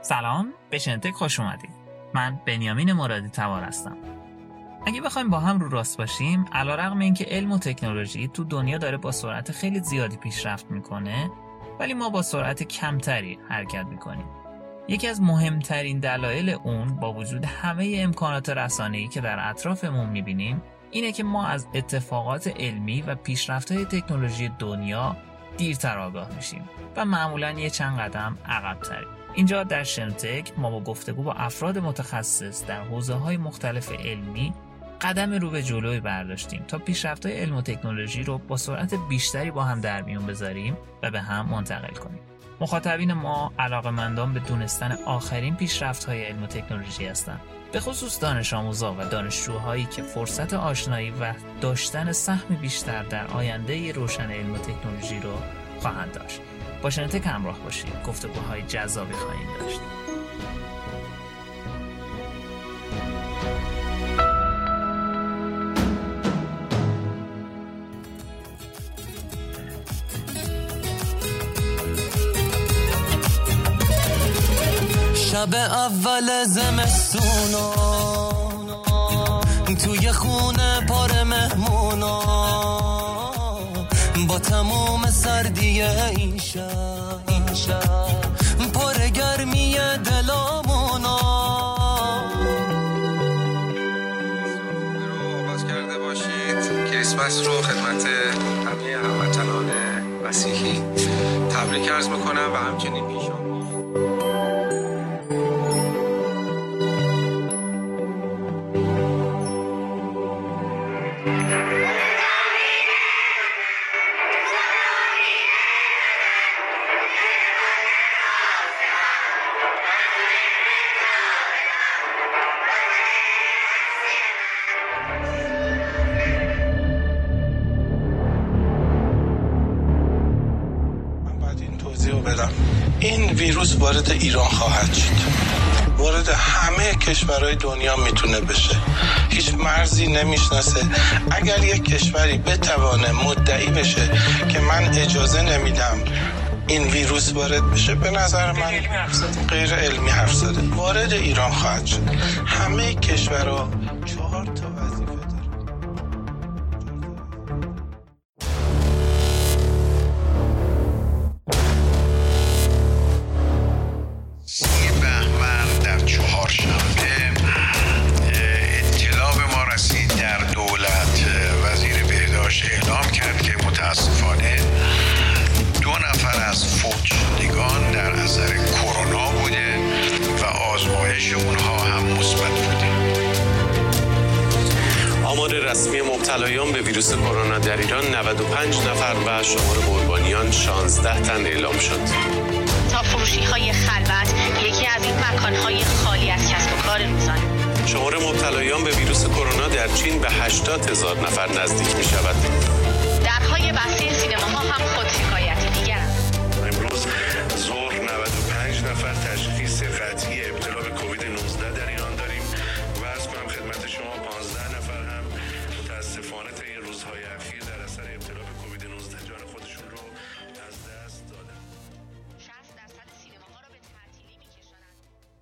سلام، به شنوتک خوش اومدید. من بنیامین مرادی تبار هستم. اگه بخوایم با هم رو راست باشیم، علیرغم اینکه علم و تکنولوژی تو دنیا داره با سرعت خیلی زیادی پیشرفت میکنه، ولی ما با سرعت کمتری حرکت میکنیم. یکی از مهمترین دلایل اون با وجود همه امکانات رسانه‌ای که در اطرافمون میبینیم، اینه که ما از اتفاقات علمی و پیشرفت‌های تکنولوژی دنیا دیرتر آگاه میشیم و معمولاً یه چند قدم عقب‌تریم. اینجا در شنوتک ما با گفتگو با افراد متخصص در حوزه‌های مختلف علمی قدم رو به جلوی برداشتیم تا پیشرفت‌های علم و تکنولوژی رو با سرعت بیشتری با هم در میون بذاریم و به هم منتقل کنیم. مخاطبین ما علاقه‌مندان به دونستن آخرین پیشرفت‌های علم و تکنولوژی هستند، به خصوص دانش آموزا و دانشجوهایی که فرصت آشنایی و داشتن سهم بیشتر در آینده روشن علم و تکنولوژی رو خواهند داشت. با شنوتک همراه باشید، گفتگوهای جذابی خواهیم داشت. شب اول زمستونا توی خونه پر مهمونا، با تموم سردی این شب پر گرمی دلامونا. آغاز کرده باشید. کریسمس رو خدمت همه هموطنان مسیحی تبریک عرض میکنم و همچنین پیشان این ویروس وارد ایران خواهد شد، وارد همه کشورهای دنیا میتونه بشه، هیچ مرزی نمیشناسه. اگر یک کشوری بتوانه مدعی بشه که من اجازه نمیدم این ویروس وارد بشه، به نظر من غیر علمی حرف زده. وارد ایران خواهد شد. همه کشورها 4 تا وظیفه داره. اعلام کرد که متاسفانه 2 نفر از فوت شدگان در اثر کرونا بوده و آزمایش اونها هم مثبت بوده. آمار رسمی مبتلایان به ویروس کرونا در ایران 95 نفر و شمار قربانیان 16 تن اعلام شد. تا فروشی‌های خلوت یکی از این مکان‌های خالی از کسب و کار روزانه. شمار مبتلایان به ویروس کرونا در چین به 80,000 نفر نزدیک می شود. درهای بسته سینماها هم خود شکایتی دیگرند. امروز ظهر 95 نفر تشخیص قطعی ابتلا به کووید 19 در ایران داریم و عرض کنم خدمت شما 15 نفر هم متاسفانه طی این روزهای اخیر در اثر ابتلا به کووید 19 جان خودشون رو از دست دادن. 60% سینماها را به تعطیلی می‌کشانند.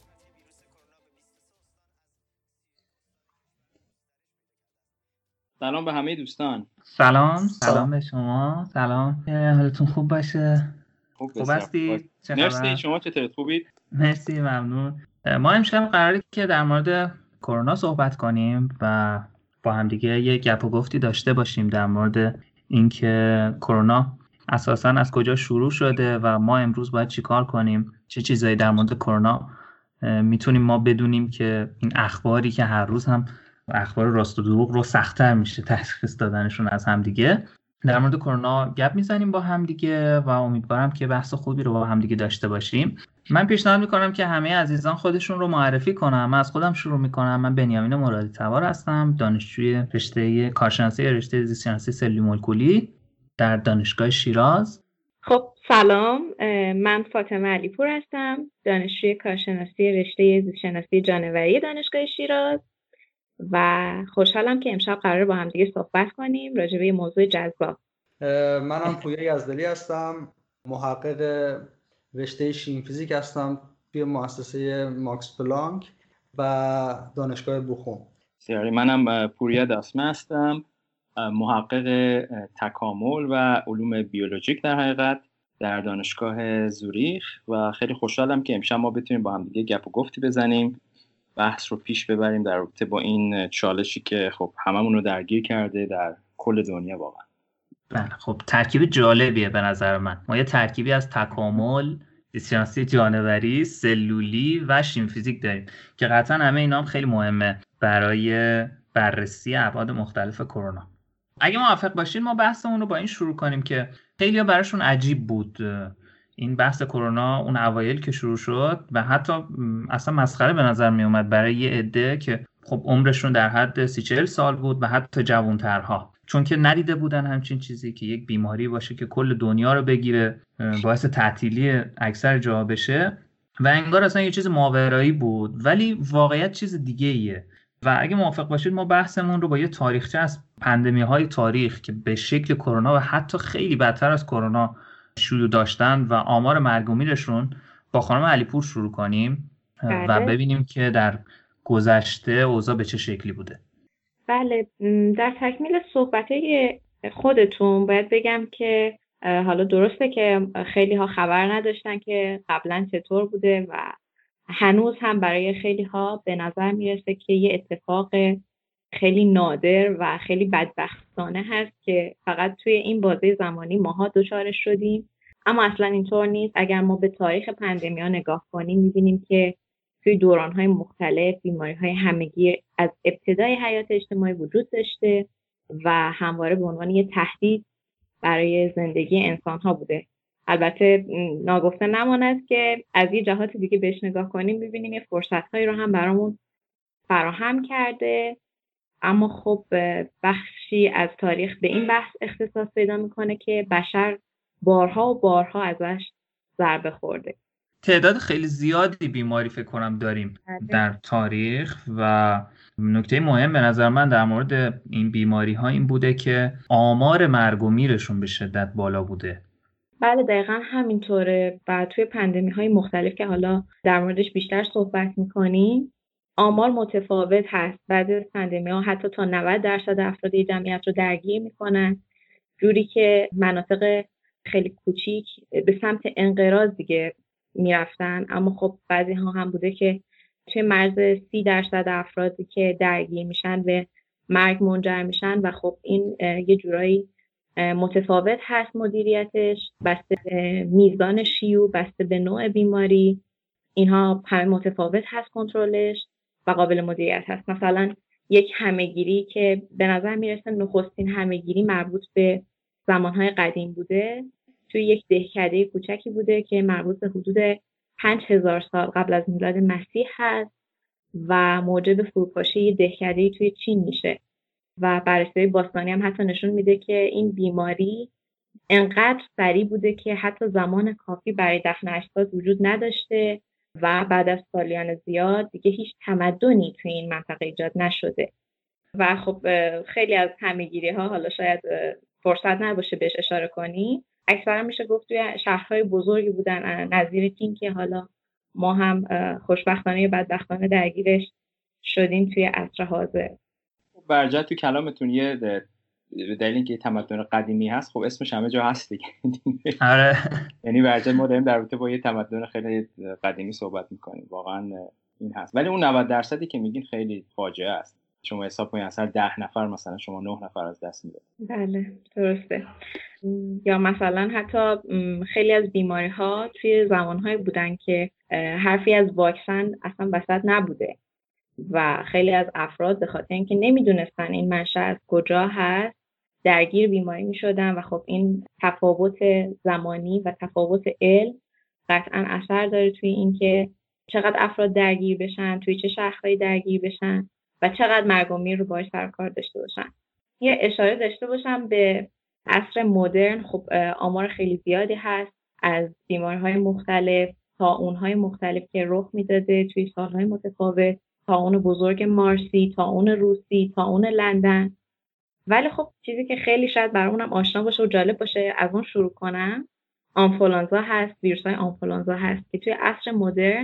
سلام به همه دوستان. سلام به شما. سلام، حالتون خوب باشه. خوب هستید؟ مرسی، شما چطورید؟ خوبید؟ مرسی، ممنون. ما امشب قراره که در مورد کرونا صحبت کنیم و با هم دیگه یه گپ و گفتی داشته باشیم در مورد اینکه کرونا اساساً از کجا شروع شده و ما امروز باید چیکار کنیم، چه چیزایی در مورد کرونا میتونیم ما بدونیم که این اخباری که هر روز هم اخبار راست و دروغ رو سخت‌تر میشه تشخیص دادنشون از هم دیگه. در مورد کرونا گپ میزنیم با هم دیگه و امیدوارم که بحث خوبی رو با هم دیگه داشته باشیم. من پیشنهاد میکنم که همه عزیزان خودشون رو معرفی کنم. من از خودم شروع میکنم. من بنیامین مرادی تبار هستم، دانشجوی رشته کارشناسی رشته زیست‌شناسی سلولی مولکولی در دانشگاه شیراز. خب سلام، من فاطمه علیپور هستم، دانشجوی کارشناسی رشته زیست‌شناسی جانوری دانشگاه شیراز و خوشحالم که امشب قراره با هم دیگه صحبت کنیم راجع به موضوع جذاب. منم پویا یزدلی هستم، محقق رشته شیمی فیزیک هستم توی مؤسسه ماکس پلانک و دانشگاه بوخوم. منم پوریا داسمه هستم، محقق تکامل و علوم بیولوژیک در حقیقت در دانشگاه زوریخ و خیلی خوشحالم که امشب ما بتونیم با هم دیگه گپ و گفتی بزنیم، بحث رو پیش ببریم در رابطه با این چالشی که خب هممون رو درگیر کرده در کل دنیا واقعا. بله خب ترکیب جالبیه به نظر من. ما یه ترکیبی از تکامل، زیست‌شناسی جانوری، سلولی و شیمی فیزیک داریم که قطعا همه اینا هم خیلی مهمه برای بررسی ابعاد مختلف کرونا. اگه موافق باشین ما بحثمون رو با این شروع کنیم که خیلی‌ها براشون عجیب بود این بحث کرونا اون اوایل که شروع شد و حتی اصلا مسخره به نظر می اومد برای یه عده که خب عمرشون در حد 30-40 سال بود و حتی جوان‌ترها، چون که ندیده بودن همچین چیزی که یک بیماری باشه که کل دنیا رو بگیره، باعث تعطیلی اکثر جاها بشه و انگار اصلا یه چیز ماورایی بود، ولی واقعیت چیز دیگه ایه. و اگه موافق باشید ما بحثمون رو با یه تاریخچه از پاندمی‌های تاریخ که به شکل کرونا و حتی خیلی بدتر از کرونا شیوع داشتن و آمار مرگ و میرشون با خانم علیپور شروع کنیم و ببینیم که در گذشته اوضاع به چه شکلی بوده. بله، در تکمیل صحبت‌های خودتون باید بگم که حالا درسته که خیلی ها خبر نداشتن که قبلا چطور بوده و هنوز هم برای خیلی ها به نظر میرسه که یه اتفاق خیلی نادر و خیلی بدبختانه هست که فقط توی این بازه زمانی ماها دچارش شدیم، اما اصلا اینطور نیست. اگر ما به تاریخ پاندمی‌ها نگاه کنیم می‌بینیم که توی دوران‌های مختلف بیماری‌های همگیر از ابتدای حیات اجتماعی وجود داشته و همواره به عنوان یه تهدید برای زندگی انسان‌ها بوده. البته ناگفته نماند که از یه جهات دیگه بهش نگاه کنیم ببینیم یه فرصت‌هایی رو هم برامون فراهم کرده، اما خب بخشی از تاریخ به این بحث اختصاص پیدا میکنه که بشر بارها و بارها ازش ضربه خورده. تعداد خیلی زیادی بیماری فکر کنم داریم در تاریخ و نکته مهم به نظر من در مورد این بیماری ها این بوده که آمار مرگ و میرشون به شدت بالا بوده. بله دقیقا همینطوره و توی پاندمی های مختلف که حالا در موردش بیشتر صحبت میکنیم آمار متفاوت هست. بعضی از پاندمی ها حتی تا 90% افراد جمعیت رو درگیر میکنن، جوری که مناطق خیلی کوچیک به سمت انقراض دیگه میرفتن. اما خب بعضی ها هم بوده که توی مرز 30% افرادی که درگیر میشن به مرگ منجر میشن و خب این یه جورایی متفاوت هست مدیریتش، بسته به میزان شیوع، بسته به نوع بیماری، اینها همه متفاوت هست کنترلش و قابل مدیریت هست. مثلا یک همهگیری که به نظر میرسه نخستین همهگیری مربوط به زمانهای قدیم بوده، توی یک دهکده کوچکی بوده که مربوط به حدود 5000 سال قبل از میلاد مسیح هست و موجب فروپاشی دهکده توی چین میشه و بررسی باستانی هم حتی نشون میده که این بیماری انقدر سریع بوده که حتی زمان کافی برای دفن اجساد وجود نداشته و بعد از سالیان زیاد دیگه هیچ تمدنی توی این منطقه ایجاد نشده. و خب خیلی از همهگیری ها حالا شاید فرصت نباشه بهش اشاره کنی، اکثرا میشه گفت توی شهرهای بزرگی بودن نظیر چین که حالا ما هم خوشبختانه یا بدبختانه درگیرش شدیم توی عصر حاضر. برجا تو کلامتون یه دلیل اینکه تمدن قدیمی هست، خب اسمش همه جا هست دیگه. آره یعنی برجا ما داریم در رابطه با یه تمدن خیلی قدیمی صحبت میکنیم، واقعا این هست. ولی اون 90% که میگین خیلی فاجعه است. شما حساب کنید اصلا 10 نفر مثلا شما 9 نفر از دست میدید. بله درسته. یا مثلا حتی خیلی از بیماری ها توی زمانهای بودن که حرفی از واکسن اصلا وسط نبوده و خیلی از افراد به خاطر اینکه نمیدونستن این منشأ از کجا هست درگیر بیماری میشدن و خب این تفاوت زمانی و تفاوت علم قطعا اثر داره توی اینکه چقدر افراد درگیر بشن، توی چه شهرهایی درگیر بشن و چقدر مرگ و میر رو باهاش سر کار داشته باشن. یه اشاره داشته باشم به عصر مدرن. خب آمار خیلی زیادی هست از بیماری‌های مختلف، طاعون‌های مختلف که رخ میداده توی سال‌های متفاوت، طاعون بزرگ مارسی، طاعون روسی، طاعون لندن. ولی خب چیزی که خیلی شاید برامونم آشنا باشه و جالب باشه از اون شروع کنم، آنفولانزا هست، ویروس‌های آنفولانزا هست که توی عصر مدرن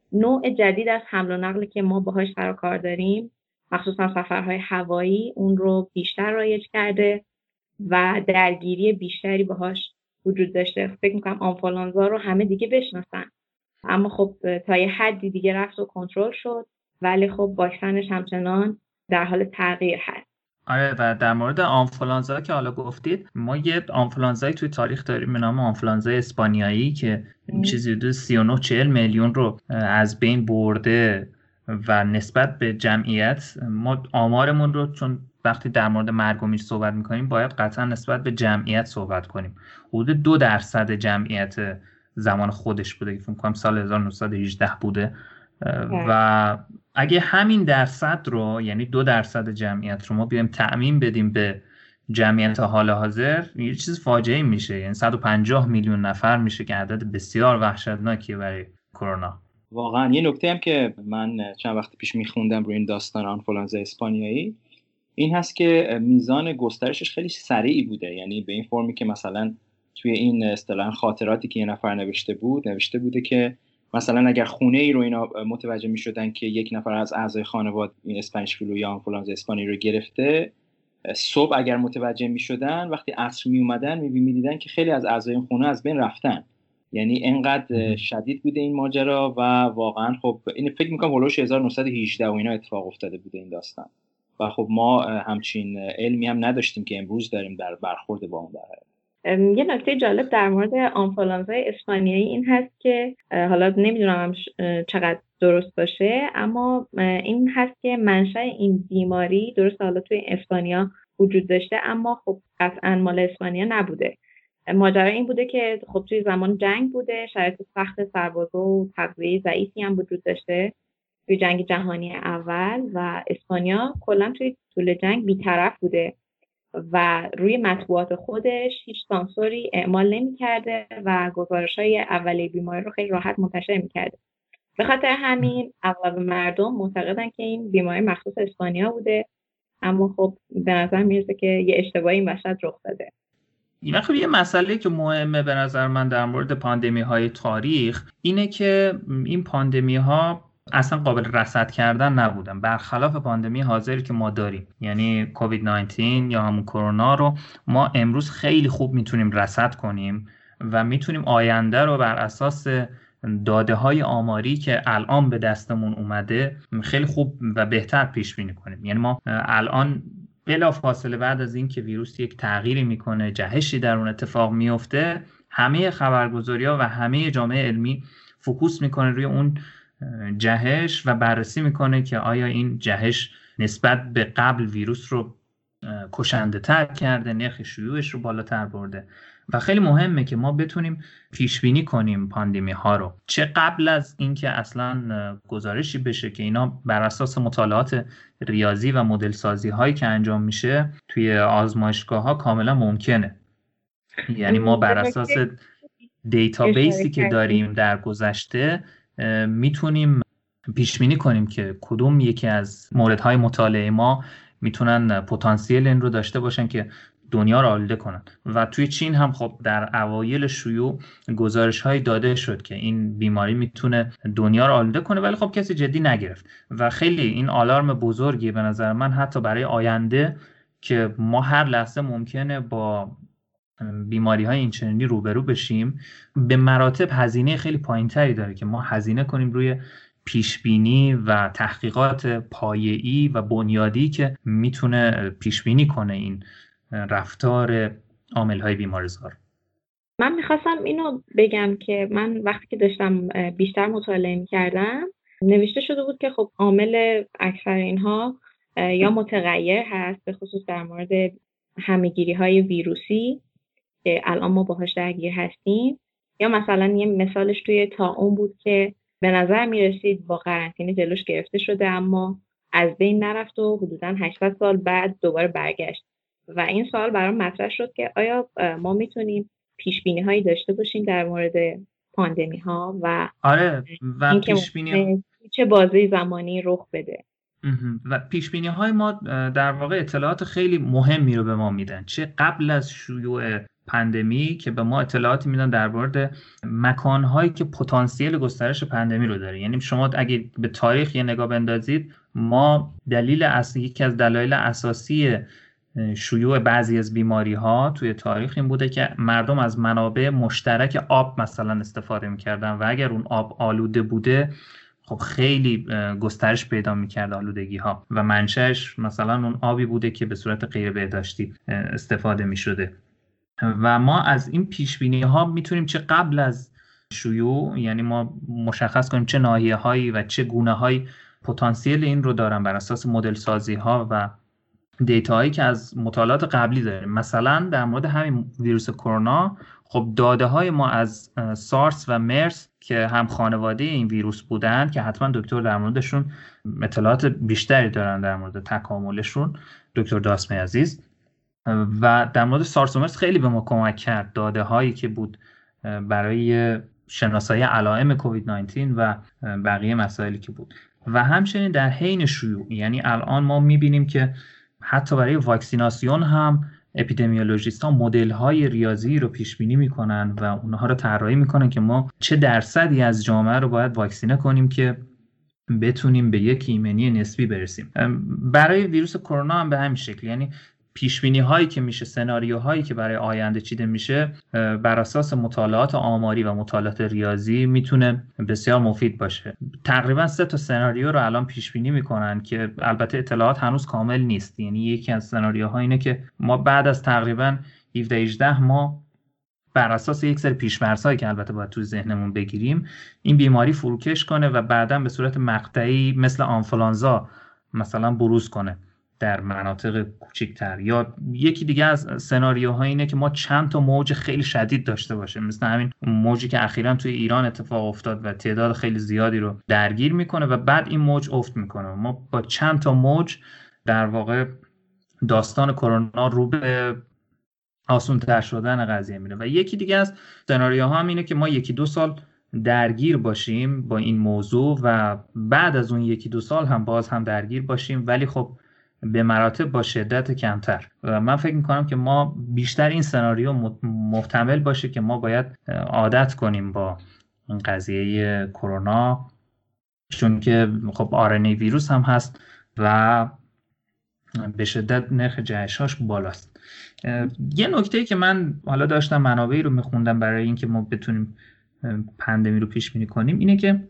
نوع جدید از حمل و نقل که ما باهاش سر و کار داریم، مخصوصا سفرهای هوایی، اون رو بیشتر رایج کرده و درگیری بیشتری باهاش وجود داشته. فکر میکنم آنفولانزا رو همه دیگه بشناسن، اما خب تا یه حدی دیگه رفت و کنترل شد، ولی خب واکسنش همچنان در حال تغییر هست. آره، و در مورد آنفولانزا که حالا گفتید، ما یه آنفولانزایی توی تاریخ داریم به نام آنفولانزای اسپانیایی که چیزی حدود 39-40 میلیون رو از بین برده و نسبت به جمعیت ما آمارمون رو، چون وقتی در مورد مرگ و میر صحبت میکنیم باید قطعا نسبت به جمعیت صحبت کنیم، حدود 2% جمعیت زمان خودش بوده که فکر کنم سال 1918 بوده و اگه همین درصد رو، یعنی 2% جمعیت رو ما بیایم تعمیم بدیم به جمعیت حال حاضر، یه چیز فاجعه‌ای میشه، یعنی 150 میلیون نفر میشه که عدد بسیار وحشتناکیه برای کرونا. واقعا یه نکته هم که من چند وقت پیش میخوندم روی این داستان آنفولانزا اسپانیایی این هست که میزان گسترشش خیلی سریعی بوده، یعنی به این فرمی که مثلا توی این اصطلاحاً خاطراتی که یه نفر نوشته بوده که مثلا اگر خونه ای رو اینا متوجه می شدن که یک نفر از اعضای خانواده این اسپانیش فلو یا آنفولانزا اسپانیایی رو گرفته، صبح اگر متوجه می شدن وقتی عصر می اومدن می دیدن که خیلی از اعضای این خونه از بین رفتن. یعنی اینقدر شدید بوده این ماجرا و واقعا خب این فکر میکنم هولوش 1918 و اینا اتفاق افتاده بوده این داستان و خب ما همچین علمی هم نداشتیم که امروز داریم در برخورد با اون. یه نکته جالب در مورد آنفولانزای اسپانیایی این هست که حالا نمیدونم چقدر درست باشه، اما این هست که منشأ این بیماری درست حالا توی اسپانیا وجود داشته اما خب قطعاً مال اسپانیا نبوده. ماجرا این بوده که خب توی زمان جنگ بوده، شرایط سخت سربازا و تغذیه ضعیفی هم وجود داشته توی جنگ جهانی اول و اسپانیا کلاً توی طول جنگ بی‌طرف بوده و روی مطبوعات خودش هیچ سانسوری اعمال نمی‌کرده و گزارش‌های اولیه بیماری رو خیلی راحت منتشر می‌کرده. به خاطر همین اغلب مردم معتقدن که این بیماری مخصوص اسپانیا بوده، اما خب به نظر میرسه که یه اشتباهی این وسط رخ داده. این خب یه مسئله که مهمه به نظر من در مورد پاندمی‌های تاریخ اینه که این پاندمی‌ها اصلا قابل رصد کردن نبودن، برخلاف پاندمی حاضری که ما داریم، یعنی کووید 19 یا همون کرونا رو ما امروز خیلی خوب میتونیم رصد کنیم و میتونیم آینده رو بر اساس داده‌های آماری که الان به دستمون اومده خیلی خوب و بهتر پیش بینی کنیم. یعنی ما الان بلافاصله بعد از این که ویروس یک تغییری میکنه، جهشی در اون اتفاق میفته، همه خبرگزاری‌ها و همه جامعه علمی فوکوس میکنه روی اون جهش و بررسی میکنه که آیا این جهش نسبت به قبل ویروس رو کشنده تر کرده، نرخ شیوعش رو بالاتر برده و خیلی مهمه که ما بتونیم پیش بینی کنیم پاندمی ها رو، چه قبل از اینکه اصلا گزارشی بشه که اینا بر اساس مطالعات ریاضی و مدل سازی هایی که انجام میشه توی آزمایشگاه ها کاملا ممکنه. یعنی ما بر اساس دیتابیسی که داریم در گذشته میتونیم پیش بینی کنیم که کدوم یکی از موردهای مطالعه ما میتونن پتانسیل این رو داشته باشن که دنیا رو آلوده کنن. و توی چین هم خب در اوایل شیوع گزارش‌هایی داده شد که این بیماری میتونه دنیا رو آلوده کنه، ولی خب کسی جدی نگرفت و خیلی این آلارم بزرگی به نظر من حتی برای آینده که ما هر لحظه ممکنه با بیماری‌های اینچنینی روبرو بشیم، به مراتب هزینه خیلی پایین‌تری داره که ما هزینه کنیم روی پیشبینی و تحقیقات پایه‌ای و بنیادی که میتونه پیشبینی کنه این رفتار عامل‌های بیماریزا. من میخواستم اینو بگم که من وقتی که داشتم بیشتر مطالعه میکردم نوشته شده بود که خب عامل اکثر اینها یا متغیر هست، به خصوص در مورد همه‌گیری‌های ویروسی که الان ما باهاش درگیر هستیم، یا مثلا یه مثالش توی طاعون بود که به نظر میرسید با قرنطینه جلوش گرفته شده اما از بین نرفت و حدوداً 800 سال بعد دوباره برگشت. و این سوال برام مطرح شد که آیا ما میتونیم پیشبینی هایی داشته باشیم در مورد پاندمی ها و آره و پیشبینی چه بازه زمانی رخ بده و پیشبینی های ما در واقع اطلاعات خیلی مهمی رو به ما میدن، چه قبل از شیوع پندمی که به ما اطلاعاتی میدن در مورد مکان‌هایی که پتانسیل گسترش پندمی رو داره. یعنی شما اگه به تاریخ یه نگاه بندازید، ما یکی از دلایل اساسی شیوع بعضی از بیماری‌ها توی تاریخ این بوده که مردم از منابع مشترک آب مثلا استفاده می‌کردن و اگر اون آب آلوده بوده خب خیلی گسترش پیدا می‌کرد آلودگی‌ها و منشأش مثلا اون آبی بوده که به صورت غیر بهداشتی استفاده می‌شده. و ما از این پیش‌بینی‌ها میتونیم چه قبل از شیوع، یعنی ما مشخص کنیم چه ناحیه‌هایی و چه گونه‌هایی پتانسیل این رو دارن بر اساس مدل سازی‌ها و دیتاهایی که از مطالعات قبلی داریم. مثلا در مورد همین ویروس کرونا، خب داده‌های ما از سارس و مرس که هم خانواده این ویروس بودن که حتما دکتر در موردشون اطلاعات بیشتری دارن در مورد تکاملشون، دکتر داسمی عزیز، و در مورد سارس و مرس خیلی به ما کمک کرد. داده‌هایی که بود برای شناسایی علائم کووید 19 و بقیه مسائلی که بود. و همچنین در حین شیوع، یعنی الان ما می‌بینیم که حتی برای واکسیناسیون هم اپیدمیولوژیست ها مدل های ریاضی رو پیش بینی میکنن و اونها رو طراحی میکنن که ما چه درصدی از جامعه رو باید واکسینه کنیم که بتونیم به یک ایمنی نسبی برسیم. برای ویروس کرونا هم به همین شکل، یعنی پیش بینی هایی که میشه، سناریوهایی که برای آینده چیده میشه بر اساس مطالعات آماری و مطالعات ریاضی میتونه بسیار مفید باشه. تقریبا 3 سناریو رو الان پیش بینی میکنن که البته اطلاعات هنوز کامل نیست. یعنی یکی از سناریوها اینه که ما بعد از تقریبا 17-18 ماه بر اساس یک سری پیش‌فرض‌هایی که البته باید توی ذهنمون بگیریم این بیماری فروکش کنه و بعداً به صورت مقطعی مثل آنفولانزا مثلا بروز کنه در مناطق کوچکتر. یا یکی دیگه از سناریوها اینه که ما چند تا موج خیلی شدید داشته باشیم، مثل همین موجی که اخیراً توی ایران اتفاق افتاد و تعداد خیلی زیادی رو درگیر میکنه و بعد این موج افت میکنه. ما با چند تا موج در واقع داستان کرونا رو به آسان‌تر شدن قضیه میره. و یکی دیگه از سناریوها هم اینه که ما 1-2 سال درگیر باشیم با این موضوع و بعد از اون 1-2 سال هم باز هم درگیر باشیم، ولی خب به مراتب با شدت کمتر. و من فکر میکنم که ما بیشتر این سناریو محتمل باشه که ما باید عادت کنیم با این قضیه کرونا، چون که خب آرنی ویروس هم هست و به شدت نرخ جهش‌هاش بالاست. یه نکته‌ای که من حالا داشتم منابعی رو میخوندم برای اینکه ما بتونیم پندمی رو پیش بینی کنیم اینه که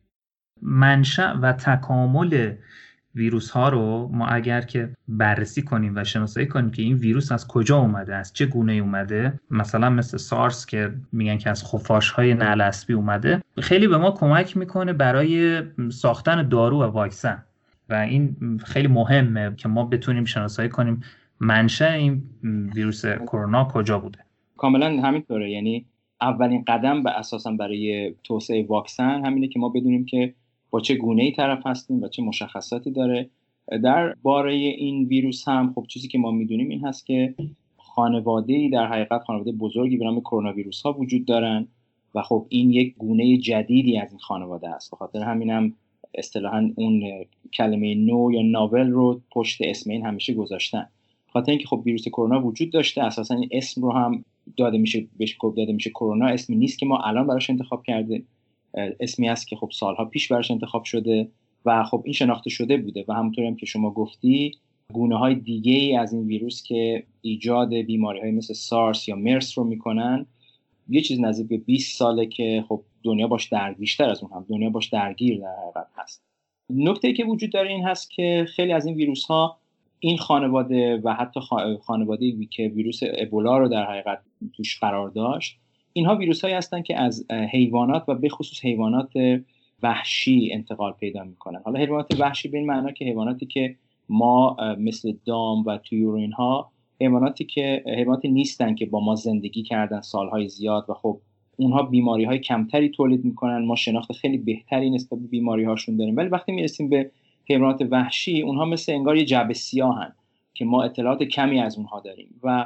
منشأ و تکامل ویروس ها رو ما اگر که بررسی کنیم و شناسایی کنیم که این ویروس از کجا اومده، از چه گونه اومده، مثلا مثل سارس که میگن که از خفاش های نعل اسبی اومده، خیلی به ما کمک میکنه برای ساختن دارو و واکسن. و این خیلی مهمه که ما بتونیم شناسایی کنیم منشأ این ویروس کرونا کجا بوده. کاملا همینطوره. یعنی اولین قدم به اساسا برای توسعه واکسن همینه که ما بدونیم که با چه گونه‌ای طرف هستیم و چه مشخصاتی داره. در باره این ویروس هم خب چیزی که ما میدونیم این هست که خانواده‌ای در حقیقت خانواده بزرگی به نام کرونا ویروس ها وجود دارن و خب این یک گونه جدیدی از این خانواده است. به خاطر همینم اصطلاحاً اون کلمه نو یا ناول رو پشت اسم این همیشه گذاشتن. خاطر اینکه خب ویروس کرونا وجود داشته، اساساً این اسم رو هم داده میشه، بهش داده میشه کرونا. اسمی نیست که ما الان براش انتخاب کرده، اسمی است که خب سالها پیش براش انتخاب شده و خب این شناخته شده بوده. و همونطوری هم که شما گفتی گونه‌های دیگه‌ای از این ویروس که ایجاد بیماری‌های مثل سارس یا مرس رو میکنن یه چیز نزدیک به 20 ساله که خب دنیا باش بیشتر از اون هم دنیا باش درگیر در حقیقت هست. نکته‌ای که وجود داره این هست که خیلی از این ویروس‌ها این خانواده و حتی خانواده‌ای که ویروس ابولا رو در حقیقت توش قرار داشت، اینها ویروس‌هایی هستن که از حیوانات و به خصوص حیوانات وحشی انتقال پیدا می‌کنن. حالا حیوانات وحشی به این معنا که حیواناتی که ما مثل دام و طیور اینها حیواناتی نیستن که با ما زندگی کردن سالهای زیاد و خب اونها بیماری‌های کمتری تولید می‌کنن، ما شناخت خیلی بهتری نسبت به بیماری‌هاشون داریم. ولی وقتی می‌رسیم به حیوانات وحشی، اونها مثل انگار یه جعبه سیاهن که ما اطلاعات کمی از اونها داریم و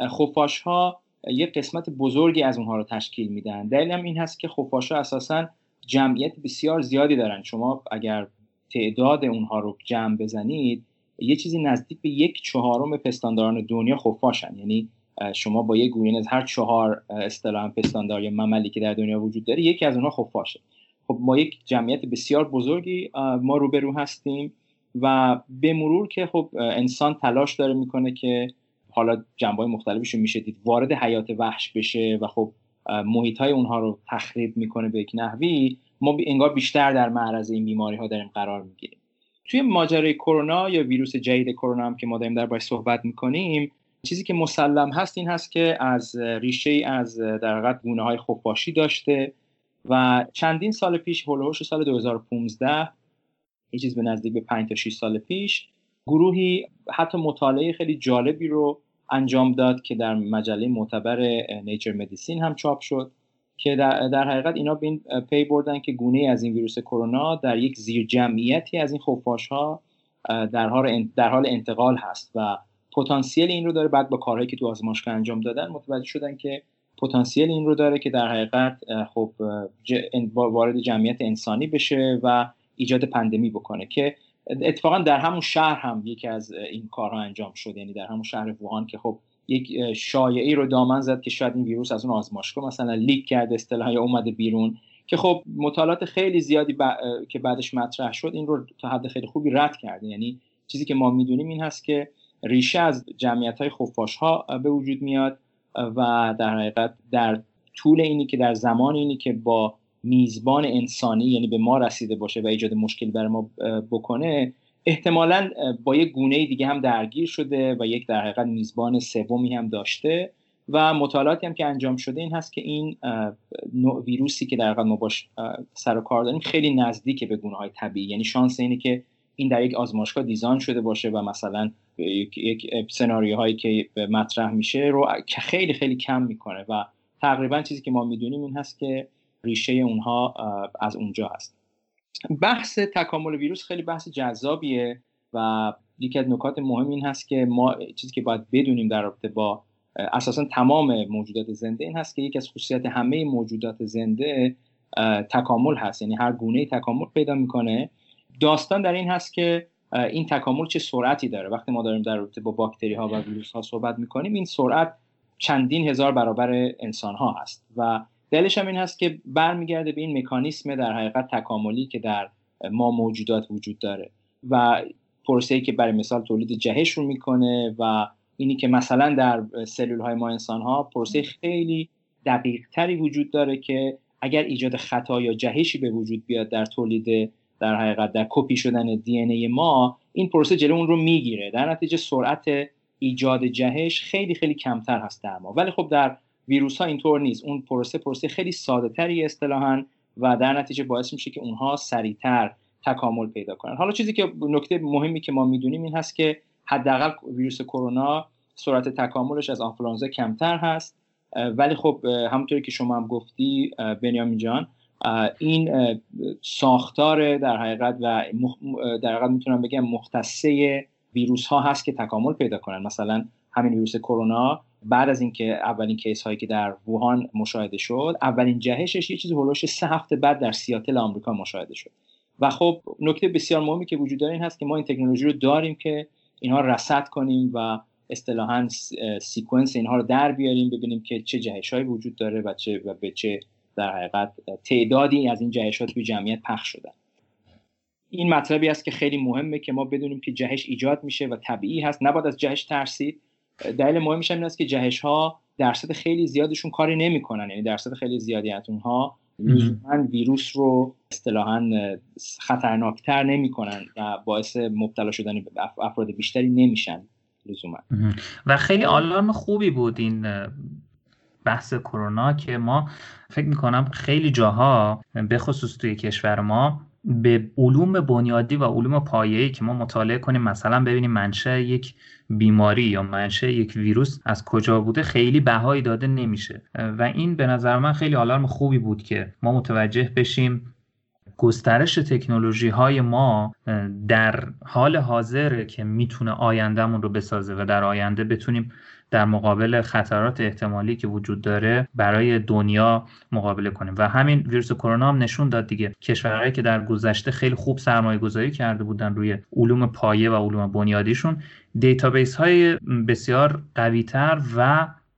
خفاش‌ها یه قسمت بزرگی از اونها رو تشکیل میدن. دلیل هم این هست که خفاش‌ها اساساً جمعیت بسیار زیادی دارن. شما اگر تعداد اونها رو جمع بزنید یه چیزی نزدیک به 1/4 پستانداران دنیا خفاشن. یعنی شما با یک گونه از هر 4 اصطلاحاً پستاندار یا مملی که در دنیا وجود داره یکی از اونها خفاشه. خب ما یک جمعیت بسیار بزرگی ما روبرو هستیم و به مرور که خب انسان تلاش داره میکنه که حالا جنبه‌های مختلفش رو میشه دید وارد حیات وحش بشه و خب محیط‌های اونها رو تخریب میکنه به یک نحوی، ما انگار بیشتر در معرض این بیماری‌ها داریم قرار میگیریم. توی ماجرای کرونا یا ویروس جدید کرونا هم که ما داریم دربارش صحبت میکنیم، چیزی که مسلم هست این هست که از ریشه‌ای از در حقیقت گونه‌های خفاشی داشته و چندین سال پیش، هولوش سال 2015، یه چیز به نزدیک به 5 تا 6 سال پیش، گروهی حتی مطالعه خیلی جالبی رو انجام داد که در مجله معتبر نیچر مدیسین هم چاپ شد که در حقیقت اینا به این پی بردن که گونه‌ای از این ویروس کرونا در یک زیر جمعیتی از این خفاش‌ها در حال انتقال هست و پتانسیل این رو داره. بعد با کارهایی که تو آزمایشگاه انجام دادن متوجه شدن که پتانسیل این رو داره که در حقیقت خب وارد جمعیت انسانی بشه و ایجاد پاندمی بکنه، که اتفاقا در همون شهر هم یکی از این کارها انجام شد. یعنی در همون شهر ووهان که خب یک شایعی رو دامن زد که شاید این ویروس از اون آزمایشگاه مثلا لیک کرده اصطلاحاً یا اومده بیرون، که خب مطالعات خیلی زیادی که بعدش مطرح شد این رو تا حد خیلی خوبی رد کرده. یعنی چیزی که ما میدونیم این هست که ریشه از جمعیت‌های خفاش‌ها به وجود میاد و در حقیقت در طول اینی که در زمان اینی که با میزبان انسانی یعنی به ما رسیده باشه و ایجاد مشکل برای ما بکنه، احتمالاً با یک گونه دیگه هم درگیر شده و یک در حقیقت میزبان سومی هم داشته و مطالعاتی هم که انجام شده این هست که این نوع ویروسی که در حقیقت ما باش سر و کار داریم خیلی نزدیک به گونه‌های طبیعی. یعنی شانس اینه که این در یک آزمایشگاه دیزاین شده باشه و مثلا یک سناریوهایی که مطرح میشه رو خیلی خیلی کم میکنه و تقریبا چیزی که ما میدونیم این هست که ریشه اونها از اونجا هست. بحث تکامل ویروس خیلی بحث جذابیه و یکی از نکات مهم این هست که ما چیزی که باید بدونیم در رابطه با اساسا تمام موجودات زنده این هست که یکی از خصوصیات همه موجودات زنده تکامل هست. یعنی هر گونه‌ای تکامل پیدا میکنه. داستان در این هست که این تکامل چه سرعتی داره. وقتی ما داریم در رابطه با باکتری ها و ویروس ها صحبت میکنیم این سرعت چندین هزار برابر انسان ها هست و دلیلش هم این هست که برمیگرده به این مکانیسم در حقیقت تکاملی که در ما موجودات وجود داره و پروسه‌ای که برای مثال تولید جهش رو میکنه و اینی که مثلا در سلول های ما انسان ها پروسه خیلی دقیق تری وجود داره که اگر ایجاد خطا یا جهشی به وجود بیاد در تولید در حقیقت در کپی شدن دی ان ای ما، این پروسه جلو اون رو میگیره. در نتیجه سرعت ایجاد جهش خیلی خیلی کمتر هست در ما. ولی خب در ویروس ها اینطور نیست. اون پروسه خیلی ساده تری اصطلاحاً و در نتیجه باعث میشه که اونها سریعتر تکامل پیدا کنن. حالا چیزی که نکته مهمی که ما میدونیم این هست که حداقل ویروس کرونا سرعت تکاملش از آنفولانزا کمتر هست، ولی خب همونطوری که شما هم گفتی بنیامین جان، این ساختار در حقیقت و در حقیقت میتونم بگم مختصه ویروس ها هست که تکامل پیدا کنن. مثلا همین ویروس کرونا بعد از اینکه اولین کیس هایی که در ووهان مشاهده شد، اولین جهشش یه چیزی هولوش 3 هفته بعد در سیاتل آمریکا مشاهده شد. و خب نکته بسیار مهمی که وجود داره این هست که ما این تکنولوژی رو داریم که اینها رصد کنیم و اصطلاحاً سیکونس اینها رو در بیاریم، ببینیم که چه جهش‌هایی وجود داره و به چه در حقیقت تعدادی از این جهش‌ها توی جمعیت پخش شدن. این مطلبی است که خیلی مهمه که ما بدونیم که جهش ایجاد میشه و طبیعی هست، نباید از جهش ترسید. دلیل مهمش این است که جهش‌ها درصد خیلی زیادشون کاری نمی‌کنن، یعنی درصد خیلی زیادی از اونها لزوماً ویروس رو اصطلاحاً خطرناکتر نمی‌کنن و باعث مبتلا شدن افراد بیشتری نمیشن لزوماً. و خیلی آلارم خوبی بود این بحث کرونا که ما فکر میکنم خیلی جاها به خصوص توی کشور ما به علوم بنیادی و علوم پایه‌ای که ما مطالعه کنیم، مثلا ببینیم منشأ یک بیماری یا منشأ یک ویروس از کجا بوده، خیلی بهایی داده نمیشه و این به نظر من خیلی آلارم خوبی بود که ما متوجه بشیم گسترش تکنولوژی های ما در حال حاضر که میتونه آیندهمون رو بسازه و در آینده بتونیم در مقابل خطرات احتمالی که وجود داره برای دنیا مقابله کنیم. و همین ویروس کرونا هم نشون داد دیگه، کشورهایی که در گذشته خیلی خوب سرمایه گذاری کرده بودن روی علوم پایه و علوم بنیادیشون، دیتابیس های بسیار قوی تر و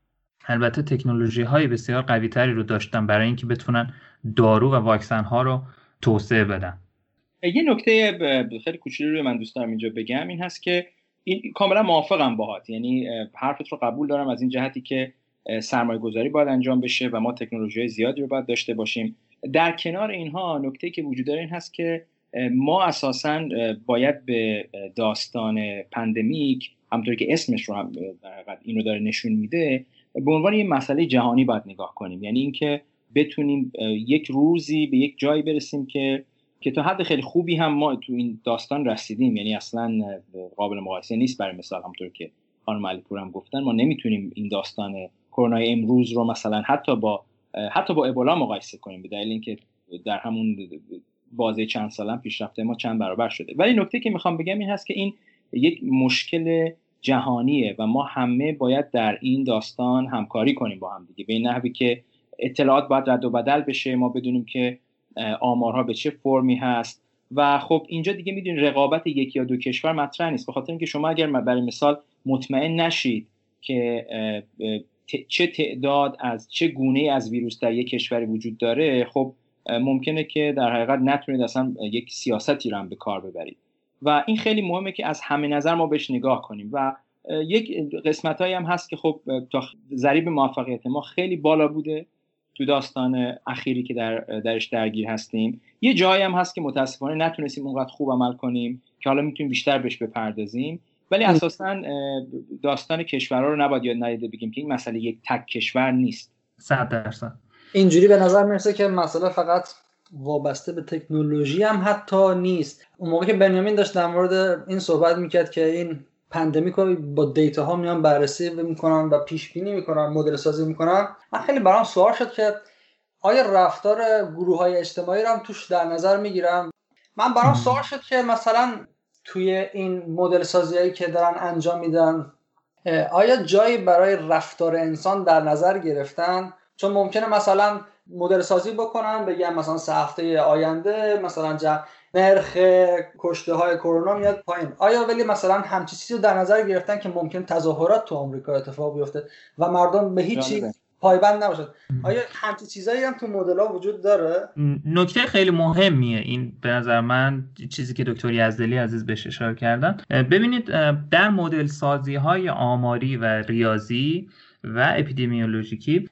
البته تکنولوژی‌های بسیار قوی‌تری رو داشتن برای اینکه بتونن دارو و واکسن‌ها رو توسعه بدن. یه نکته خیلی کوچولو رو من دوست دارم اینجا بگم، این هست که این کاملا موافقم باهات، یعنی حرفت رو قبول دارم از این جهتی که سرمایه گذاری باید انجام بشه و ما تکنولوژی زیادی رو باید داشته باشیم. در کنار اینها نکته که وجود داره این هست که ما اساساً باید به داستان پاندمیک، همونطوری که اسمش رو هم در حقیقت اینو داره نشون میده، به عنوان یه مسئله جهانی باید نگاه کنیم. یعنی اینکه بتونیم یک روزی به یک جایی برسیم که تا حد خیلی خوبی هم ما تو این داستان رسیدیم، یعنی اصلا قابل مقایسه نیست. برای مثال همونطور که خانم علیپور هم گفتن، ما نمیتونیم این داستان کرونا امروز رو مثلا حتی با ابولا مقایسه کنیم، به دلیل اینکه در همون بازه چند سالم پیشرفته ما چند برابر شده. ولی نکته که میخوام بگم این هست که این یک مشکل جهانیه و ما همه باید در این داستان همکاری کنیم با هم دیگه، به این نحوی که اطلاعات باید رد و بدل بشه، ما بدونیم که آمارها به چه فرمی هست. و خب اینجا دیگه میدونید رقابت یک یا دو کشور مطرح نیست، به خاطر اینکه شما اگر برای مثال مطمئن نشید که چه تعداد از چه گونه از ویروس در یک کشوری وجود داره، خب ممکنه که در حقیقت نتونید اصلا یک سیاستی رو هم به کار ببرید. و این خیلی مهمه که از همه نظر ما بهش نگاه کنیم. و یک قسمتایی هم هست که خب تا ضریب موفقیت ما خیلی بالا بوده تو داستان اخیری که درش درگیر هستیم. یه جایی هم هست که متاسفانه نتونستیم اونقدر خوب عمل کنیم که حالا میتونیم بیشتر بهش بپردازیم. ولی اساساً داستان کشورها رو نباید یاد ندیده بگیم که این مسئله یک تک کشور نیست. 100%. اینجوری به نظر میرسه که مسئله فقط وابسته به تکنولوژی هم حتی نیست. اون موقع که بنیامین داشت در مورد این صحبت میکرد که این پندمیک رو با دیتا ها میان بررسی میکنن و پیش بینی میکنن، مدل سازی میکنن، من خیلی برام سوال شد که آیا رفتار گروه های اجتماعی رو هم توش در نظر میگیرن؟ من برام سوال شد که مثلا توی این مدل سازی هایی که دارن انجام میدن آیا جایی برای رفتار انسان در نظر گرفتن؟ چون ممکنه مثلا مدل سازی بکنن بگن مثلا 3 هفته آینده مثلا نرخ کشته های کرونا میاد پایین، آیا ولی مثلا همچین چیزی رو در نظر گرفتن که ممکن تظاهرات تو آمریکا اتفاق بیفته و مردم به هیچ چیز پایبند نباشن؟ آیا همچین چیزایی هم تو مدل‌ها وجود داره؟ نکته خیلی مهمیه این به نظر من، چیزی که دکتر یزدلی عزیز بهش اشاره کردن. ببینید در مدل سازی های آماری و ریاضی و اپیدمیولوژیکی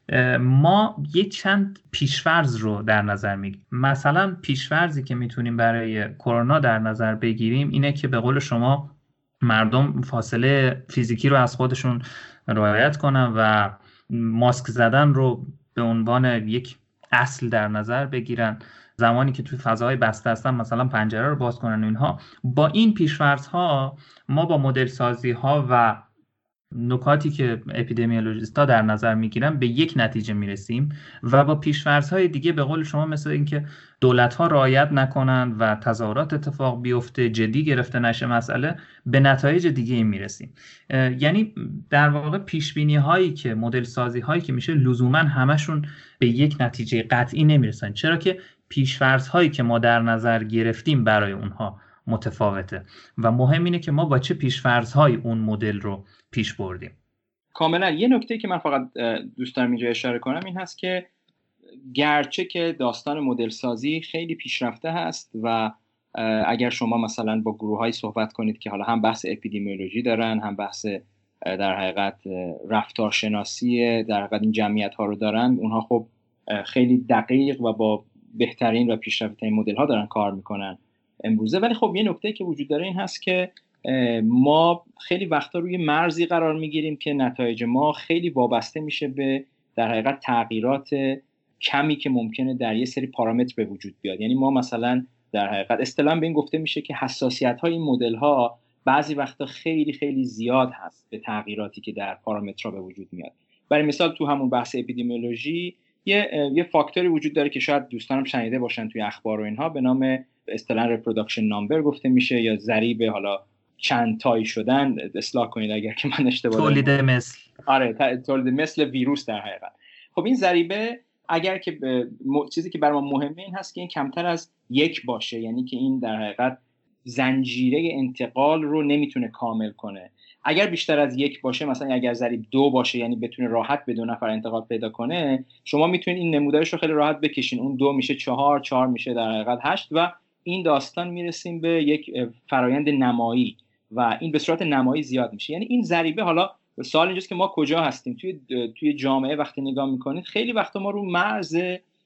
ما یک چند پیشفرض رو در نظر میگیریم. مثلا پیشفرضی که میتونیم برای کرونا در نظر بگیریم اینه که به قول شما مردم فاصله فیزیکی رو از خودشون رعایت کنن و ماسک زدن رو به عنوان یک اصل در نظر بگیرن، زمانی که توی فضاهای بسته هستن مثلا پنجره رو باز کنن. اینها با این پیشفرض ها ما با مدل سازی ها و نکاتی که اپیدمیولوژیست‌ها در نظر میگیرن به یک نتیجه میرسیم و با پیش‌فرض‌های دیگه به قول شما مثل اینکه دولت‌ها رعایت نکنن و تظاهرات اتفاق بیفته، جدی گرفته نشه مسئله، به نتایج دیگه میرسیم. یعنی در واقع پیش‌بینی‌هایی که مدل سازی‌هایی که میشه لزوماً همشون به یک نتیجه قطعی نمیرسن، چرا که پیش‌فرض‌هایی که ما در نظر گرفتیم برای اونها متفاوته و مهم اینه که ما با چه پیش‌فرض‌هایی اون مدل رو پیش بردیم. کاملا. یه نکته که من فقط دوست دارم اینجا اشاره کنم این هست که گرچه که داستان مدل سازی خیلی پیشرفته هست و اگر شما مثلا با گروه‌هایی صحبت کنید که حالا هم بحث اپیدمیولوژی دارن، هم بحث در حقیقت رفتارشناسی در حقیقت این جمعیت‌ها رو دارن، اونها خب خیلی دقیق و با بهترین و پیشرفته‌ترین مدل‌ها دارن کار میکنن امروزه. ولی خب یه نکته که وجود داره این هست که ما خیلی وقتا روی مرزی قرار میگیریم که نتایج ما خیلی وابسته میشه به در حقیقت تغییرات کمی که ممکنه در یه سری پارامتر به وجود بیاد. یعنی ما مثلا در حقیقت اصطلاحاً به این گفته میشه که حساسیت‌های این مدل‌ها بعضی وقتا خیلی خیلی زیاد هست به تغییراتی که در پارامترها به وجود میاد. برای مثال تو همون بحث اپیدمیولوژی یه فاکتوری وجود داره که شاید دوستانم شنیده باشن توی اخبار و اینها، به نام اصطلاحاً ریپروداکشن نامبر گفته میشه یا ضریب حالا چند تایی شدن، اصلاح کنید اگر که من اشتباه دارم. تولید مثل. آره، تولید مثل ویروس در حقیقت. خب این ضریبه اگر که چیزی که برای ما مهمه این هست که این کمتر از 1 باشه، یعنی که این در حقیقت زنجیره انتقال رو نمیتونه کامل کنه. اگر بیشتر از یک باشه، مثلا اگر ضریب 2 باشه، یعنی بتونه راحت به 2 نفر انتقال پیدا کنه، شما میتونید این نمودارش رو خیلی راحت بکشین. اون 2 میشه 4 میشه در حقیقت 8 و این داستان میرسیم به یک فرایند نمایی و این به صورت نمایی زیاد میشه. یعنی این ضریبه، حالا سوال اینجاست که ما کجا هستیم توی جامعه. وقتی نگاه میکنید خیلی وقتا ما رو مرز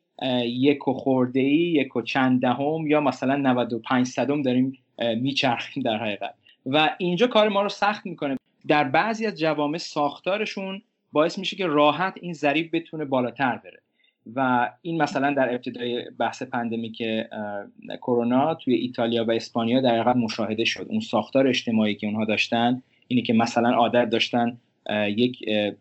1 خرده‌ای، 1 و چند دهم یا مثلا 95 صدم داریم میچرخیم در حقیقت و اینجا کار ما رو سخت میکنه. در بعضی از جوامع ساختارشون باعث میشه که راحت این ضریب بتونه بالاتر بره و این مثلا در ابتدای بحث پندمیک کرونا توی ایتالیا و اسپانیا در حقیقت مشاهده شد. اون ساختار اجتماعی که اونها داشتن اینه که مثلا عادت داشتن یک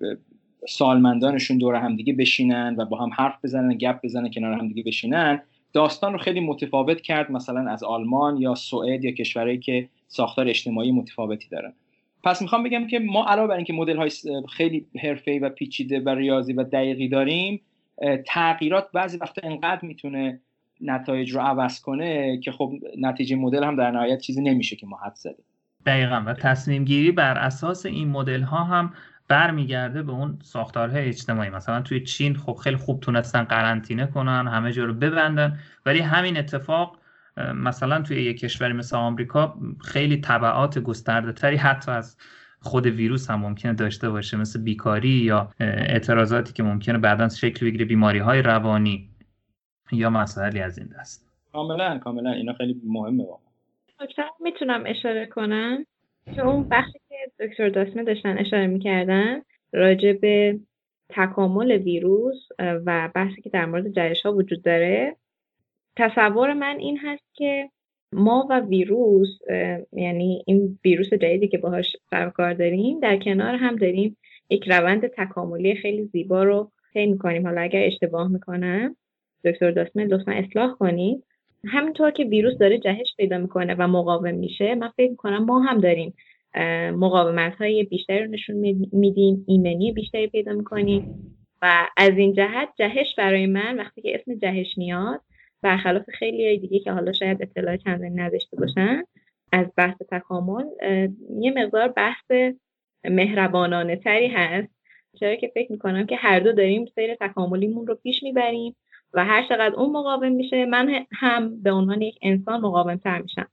سالمندانشون دور هم دیگه بشینن و با هم حرف بزنن، گپ بزنن، کنار هم دیگه بشینن. داستان رو خیلی متفاوت کرد مثلا از آلمان یا سوئد یا کشورهایی که ساختار اجتماعی متفاوتی دارن. پس میخوام بگم که ما علاوه بر اینکه مدل‌های خیلی حرفه‌ای و پیچیده و ریاضی و دقیقی داریم، تغییرات بعضی وقتا انقدر میتونه نتایج رو عوض کنه که خب نتیجه مدل هم در نهایت چیزی نمیشه که ما حد زدیم. دقیقاً. و تصمیم گیری بر اساس این مدل ها هم برمیگرده به اون ساختارهای اجتماعی. مثلا توی چین خب خیلی خوب تونستن قرنطینه کنن، همه جا رو ببندن، ولی همین اتفاق مثلا توی یک کشوری مثل آمریکا خیلی تبعات گسترده تری حتی از خود ویروس هم ممکنه داشته باشه، مثل بیکاری یا اعتراضاتی که ممکنه بعداً شکل بگیره، بیماری‌های روانی یا مسائلی از این دست. کاملا اینا خیلی مهمه واقعا. میتونم اشاره کنم که اون بخشی که دکتر داسمه داشتن اشاره میکردن راجع به تکامل ویروس و بحثی که در مورد جهش‌ها وجود داره، تصور من این هست که ما و ویروس، یعنی این ویروس جدیدی که باهاش سر کار داریم، در کنار هم داریم یک روند تکاملی خیلی زیبا رو طی می‌کنیم. حالا اگر اشتباه میکنم دکتر داسمه لطفا اصلاح کنید. همینطور که ویروس داره جهش پیدا میکنه و مقاوم میشه، من فکر میکنم ما هم داریم مقاومت‌های بیشتری رو نشون میدیم، ایمنی بیشتری پیدا میکنیم و از این جهت جهش برای من وقتی که اسم جهش میاد، برخلاف خیلی دیگه که حالا شاید اطلاع چندانی نداشته باشن از بحث تکامل، یه مقدار بحث مهربانانه تری هست، چرا که فکر میکنم که هر دو داریم سیر تکاملیمون رو پیش میبریم و هر چقدر اون مقاوم میشه من هم به عنوان یک انسان مقاوم تر میشم.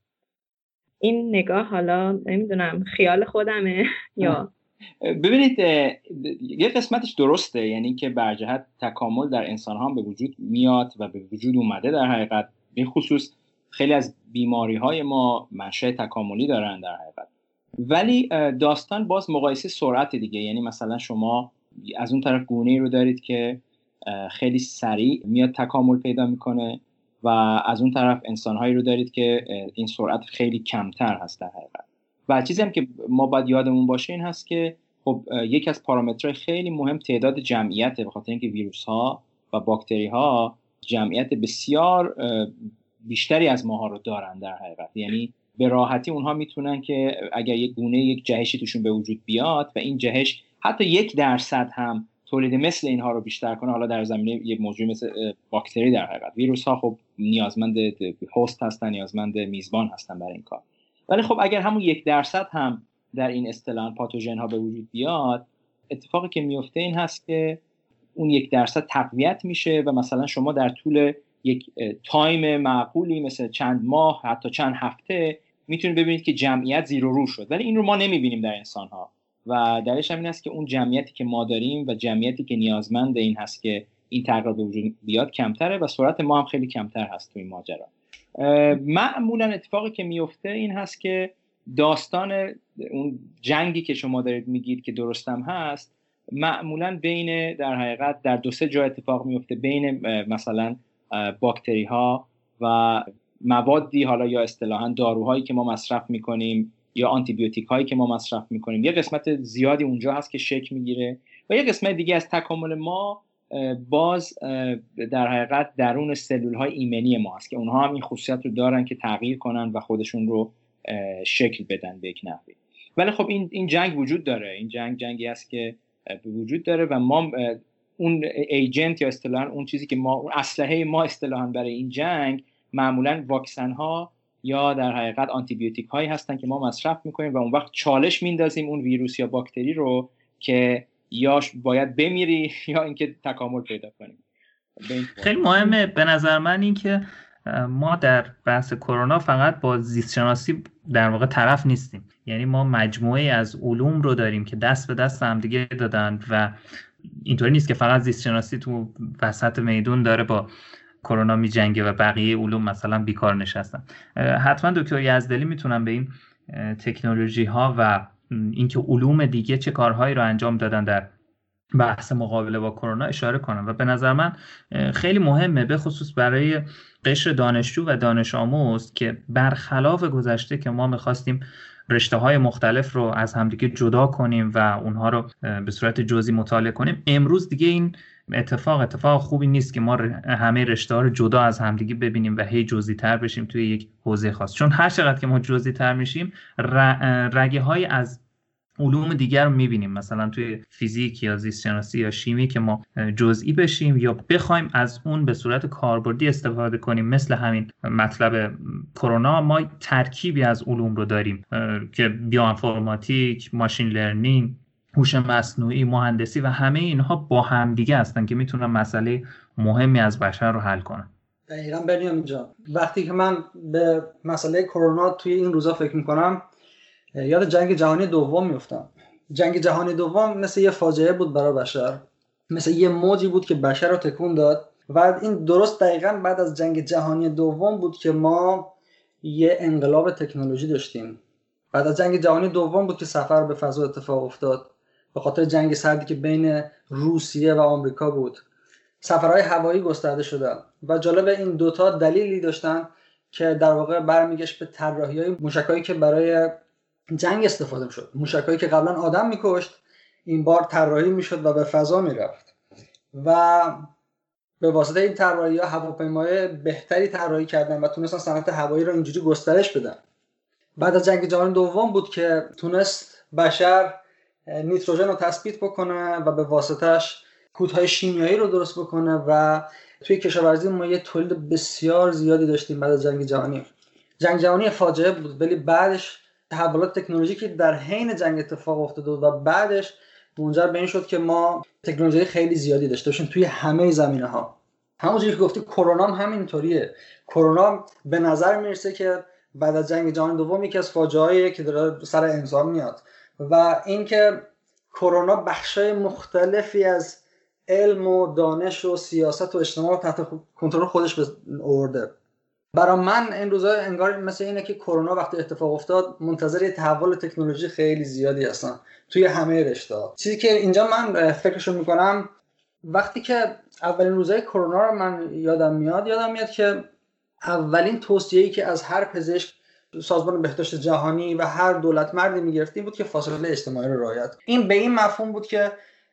این نگاه حالا نمیدونم خیال خودمه یا ببینید یه قسمتش درسته، یعنی که بر جهت تکامل در انسان ها به وجود میاد و به وجود اومده. در حقیقت به خصوص خیلی از بیماری های ما منشأ تکاملی دارن در حقیقت، ولی داستان باز مقایسه سرعت دیگه. یعنی مثلا شما از اون طرف گونه‌ای رو دارید که خیلی سریع میاد تکامل پیدا میکنه و از اون طرف انسان‌هایی رو دارید که این سرعت خیلی کمتر هست در حقیقت. و چیزی هم که ما باید یادمون باشه این هست که خب یکی از پارامترهای خیلی مهم تعداد جمعیته، به خاطر اینکه ویروس‌ها و باکتری‌ها جمعیت بسیار بیشتری از ماها رو دارن در حقیقت. یعنی به راحتی اونها میتونن که اگر یک گونه یک جهشی توشون به وجود بیاد و این جهش حتی 1% هم تولید مثل اینها رو بیشتر کنه، حالا در زمینه یک موضوع مثل باکتری در حقیقت، ویروس ها خب نیازمند هست هستن، نیازمند میزبان هستن برای این کار، ولی خب اگر همون 1% هم در این اصطلاح پاتوژن ها به وجود بیاد، اتفاقی که میفته این هست که اون 1% تقویت میشه و مثلا شما در طول یک تایم معقولی مثل چند ماه حتی چند هفته میتونید ببینید که جمعیت زیرو رو شد، ولی این رو ما نمیبینیم در انسان ها و دلیلش هم این است که اون جمعیتی که ما داریم و جمعیتی که نیازمند این هست که این تغییر به وجود بیاد کمتره و سرعت ما هم خیلی کمتر هست تو این ماجرا. معمولا اتفاقی که میفته این هست که داستان اون جنگی که شما دارید میگید که درستم هست، معمولا بین در حقیقت در 2-3 جا اتفاق میفته، بین مثلا باکتری ها و موادی، حالا یا اصطلاحاً داروهایی که ما مصرف میکنیم یا آنتی بیوتیک هایی که ما مصرف میکنیم. یه قسمت زیادی اونجا هست که شکل میگیره و یه قسمت دیگه از تکامل ما باز در حقیقت درون سلول های ایمنی ما هست که اونها هم این خصوصیت رو دارن که تغییر کنن و خودشون رو شکل بدن به یک نحوی. ولی خب این جنگ وجود داره، این جنگی هست که وجود داره و ما اون ایجنت یا اصطلاحاً اون چیزی که ما، اون اسلحه ما اصطلاحاً برای این جنگ معمولاً واکسن ها یا در حقیقت آنتی بیوتیک هایی هستن که ما مصرف میکنیم و اون وقت چالش میندازیم اون ویروس یا باکتری رو که یا باید بمیری یا اینکه تکامل پیدا کنیم. خیلی مهمه به نظر من این که ما در بحث کرونا فقط با زیست شناسی در واقع طرف نیستیم، یعنی ما مجموعه از علوم رو داریم که دست به دست هم دیگه دادن و اینطوری نیست که فقط زیست شناسی تو وسط میدون داره با کرونا میجنگه و بقیه علوم مثلا بیکار نشستن. حتما دکتر یزدلی میتونن به این تکنولوژی ها و اینکه علوم دیگه چه کارهایی رو انجام دادن در بحث مقابله با کرونا اشاره کنم و به نظر من خیلی مهمه به خصوص برای قشر دانشجو و دانش آموز که برخلاف گذشته که ما می‌خواستیم رشته‌های مختلف رو از همدیگه جدا کنیم و اونها رو به صورت جزئی مطالعه کنیم، امروز دیگه این اتفاق خوبی نیست که ما همه رشته‌ها رو جدا از همدیگه ببینیم و هی جزئی‌تر بشیم توی یک حوزه خاص، چون هر چقدر که ما جزئی‌تر میشیم رگه‌های از علوم دیگر رو میبینیم، مثلا توی فیزیک یا زیست شناسی یا شیمی که ما جزئی بشیم یا بخوایم از اون به صورت کاربردی استفاده کنیم. مثل همین مطلب کرونا ما ترکیبی از علوم رو داریم که بیوانفورماتیک، ماشین لرنینگ، هوش مصنوعی، مهندسی و همه اینها با هم دیگه هستن که میتونن مسئله مهمی از بشر رو حل کنن. دقیقاً بنیامین جان، وقتی که من به مسئله کرونا توی این روزا فکر میکنم یاد جنگ جهانی دوم میفتم. جنگ جهانی دوم مثل یه فاجعه بود برای بشر، مثل یه موجی بود که بشر رو تکون داد و این درست دقیقاً بعد از جنگ جهانی دوم بود که ما یه انقلاب تکنولوژی داشتیم. بعد از جنگ جهانی دوم بود که سفر به فضا اتفاق افتاد به خاطر جنگ سردی که بین روسیه و آمریکا بود. سفرهای هوایی گسترده شدن و جالب این دوتا دلیلی داشتن که در واقع برمیگشت به طراحی‌های موشکایی که برای جنگ استفاده می‌شد. موشکایی که قبلا آدم می‌کشت این بار طراحی می‌شد و به فضا می‌رفت و به واسطه این طراحی‌ها هواپیمای بهتری طراحی کردن و تونستن صنعت هوایی رو اینجوری گسترش بدن. بعد از جنگ جهانی دوم بود که تونست بشر نیتروژن رو تثبیت بکنه و به واسطه‌اش کودهای شیمیایی رو درست بکنه و توی کشاورزی ما یه تولید بسیار زیادی داشتیم. بعد از جنگ جهانی فاجعه بود، ولی بعدش تحولات تکنولوژیکی در حین جنگ اتفاق افتاد و بعدش منجر به این شد که ما تکنولوژی خیلی زیادی داشته باشیم توی همه زمینه‌ها. همونجوری که گفتی کرونا هم همینطوریه. کرونا به نظر میرسه که بعد از جنگ جهانی دوم یکی از فاجعه‌ایه که داره سر انسان میاد و اینکه کرونا بخشای مختلفی از علم و دانش و سیاست و اجتماع رو تحت کنترل خودش آورده. برای من این روزا انگار مثل اینه که کرونا وقتی اتفاق افتاد منتظر یه تحول تکنولوژی خیلی زیادی هستن توی همه رشته‌ها. چیزی که اینجا من فکرشو میکنم وقتی که اولین روزای کرونا رو من یادم میاد که اولین توصیه‌ای که از هر پزشک، سازمان بهداشت جهانی و هر دولت مردی میگرفتیم بود که فاصله اجتماعی رو رعایت. این به این مفهوم بود که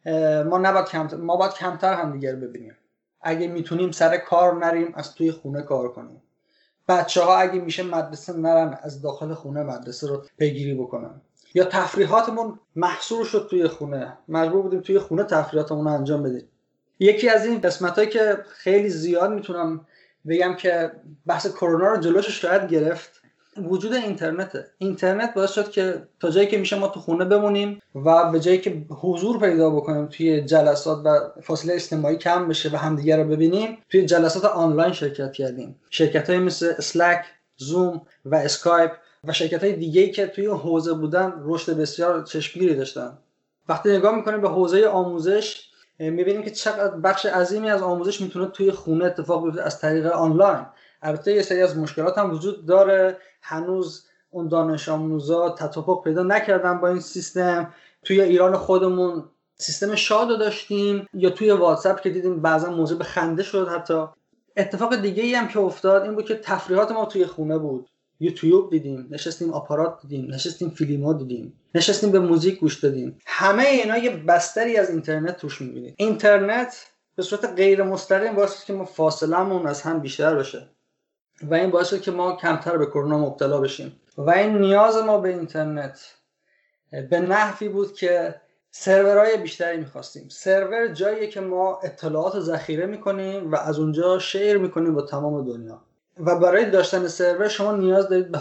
ما باید کمتر همدیگر ببینیم. اگه میتونیم سر کار نریم، از توی خونه کار کنیم. بچه‌ها اگه میشه مدرسه نرن، از داخل خونه مدرسه رو پیگیری بکنن. یا تفریحاتمون محصور شد توی خونه، مجبور بودیم توی خونه تفریحاتمون رو انجام بدیم. یکی از این قسمتایی که خیلی زیاد میتونم بگم که بحث کرونا رو جلوش شاید گرفت، وجود اینترنت باعث شد که تا جایی که میشه ما تو خونه بمونیم و به جایی که حضور پیدا بکنیم توی جلسات و فاصله اجتماعی کم بشه و همدیگه رو ببینیم، توی جلسات آنلاین شرکت کردیم. شرکت‌های مثل اسلک، زوم و اسکایپ و شرکت‌های دیگه‌ای که توی حوزه بودن رشد بسیار چشمگیری داشتن. وقتی نگاه می‌کنیم به حوزه آموزش می‌بینیم که چقدر بخش عظیمی از آموزش میتونه توی خونه اتفاق بیفته از طریق آنلاین. البته یه سری از مشکلات هم وجود داره، هنوز اون دانش آموزا تطابق پیدا نکردن با این سیستم. توی ایران خودمون سیستم شادو داشتیم یا توی واتساپ که دیدیم بعضا موضوع به خنده شد. حتی اتفاق دیگه‌ای هم که افتاد این بود که تفریحات ما توی خونه بود. یوتیوب دیدیم، نشستیم آپارات دیدیم، نشستیم فیلم‌ها دیدیم، نشستیم به موزیک گوش دادیم. همه اینا یه بستری از اینترنت توش می‌بینید. اینترنت به صورت غیر مستقیم باعث شد که ما فاصله‌مون از هم بیشتر بشه و این باعث شد که ما کمتر به کرونا مبتلا بشیم و این نیاز ما به اینترنت به نحوی بود که سرورهای بیشتری می‌خواستیم. سرور جاییه که ما اطلاعات ذخیره می‌کنیم و از اونجا شیر می‌کنیم با تمام دنیا و برای داشتن سرور شما نیاز دارید به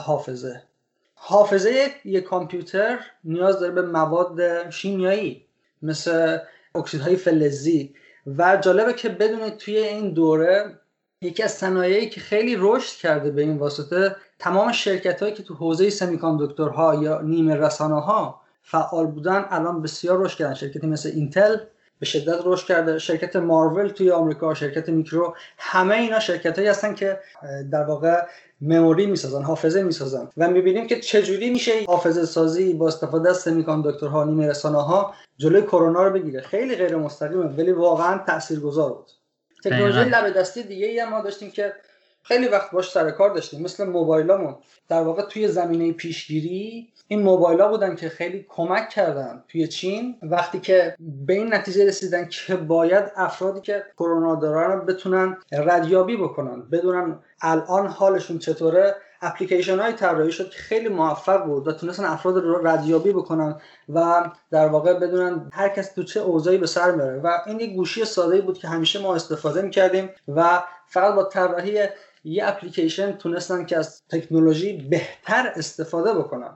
حافظه یک کامپیوتر نیاز داره به مواد شیمیایی مثل اکسیدهای فلزی و جالبه که بدونید توی این دوره یکی از صنایعی که خیلی رشد کرده به این واسطه تمام شرکت‌هایی که تو حوزه سمی‌کانداکتورها یا نیمه رسانه‌ها فعال بودن الان بسیار رشد کردن. شرکتی مثل اینتل به شدت رشد کرده، شرکت مارول توی آمریکا، شرکت میکرو، همه اینا شرکتایی هستن که در واقع مموری میسازن، حافظه میسازن و میبینیم که چجوری میشه حافظه سازی با استفاده از سمی‌کانداکتورها، نیمه رسانه‌ها جلوی کرونا رو بگیره. خیلی غیر مستقیمه ولی واقعا تاثیرگذار بود. تکنولوژی لبه دستی دیگه‌ای هم ما داشتیم که خیلی وقت باش سر کار داشتیم، مثل موبایلامون. در واقع توی زمینه پیشگیری این موبایل‌ها بودن که خیلی کمک کردن توی چین وقتی که به این نتیجه رسیدن که باید افرادی که کرونا دارن بتونن ردیابی بکنن، بدونن الان حالشون چطوره. اپلیکیشن‌های طراحی شد که خیلی موفق بود و تونستن افراد رو ردیابی بکنن و در واقع بدونن هر کس تو چه اوضاعی به سر میره و این یک گوشی ساده‌ای بود که همیشه ما استفاده می‌کردیم و فقط با طراحی یه اپلیکیشن تونستن که از تکنولوژی بهتر استفاده بکنن.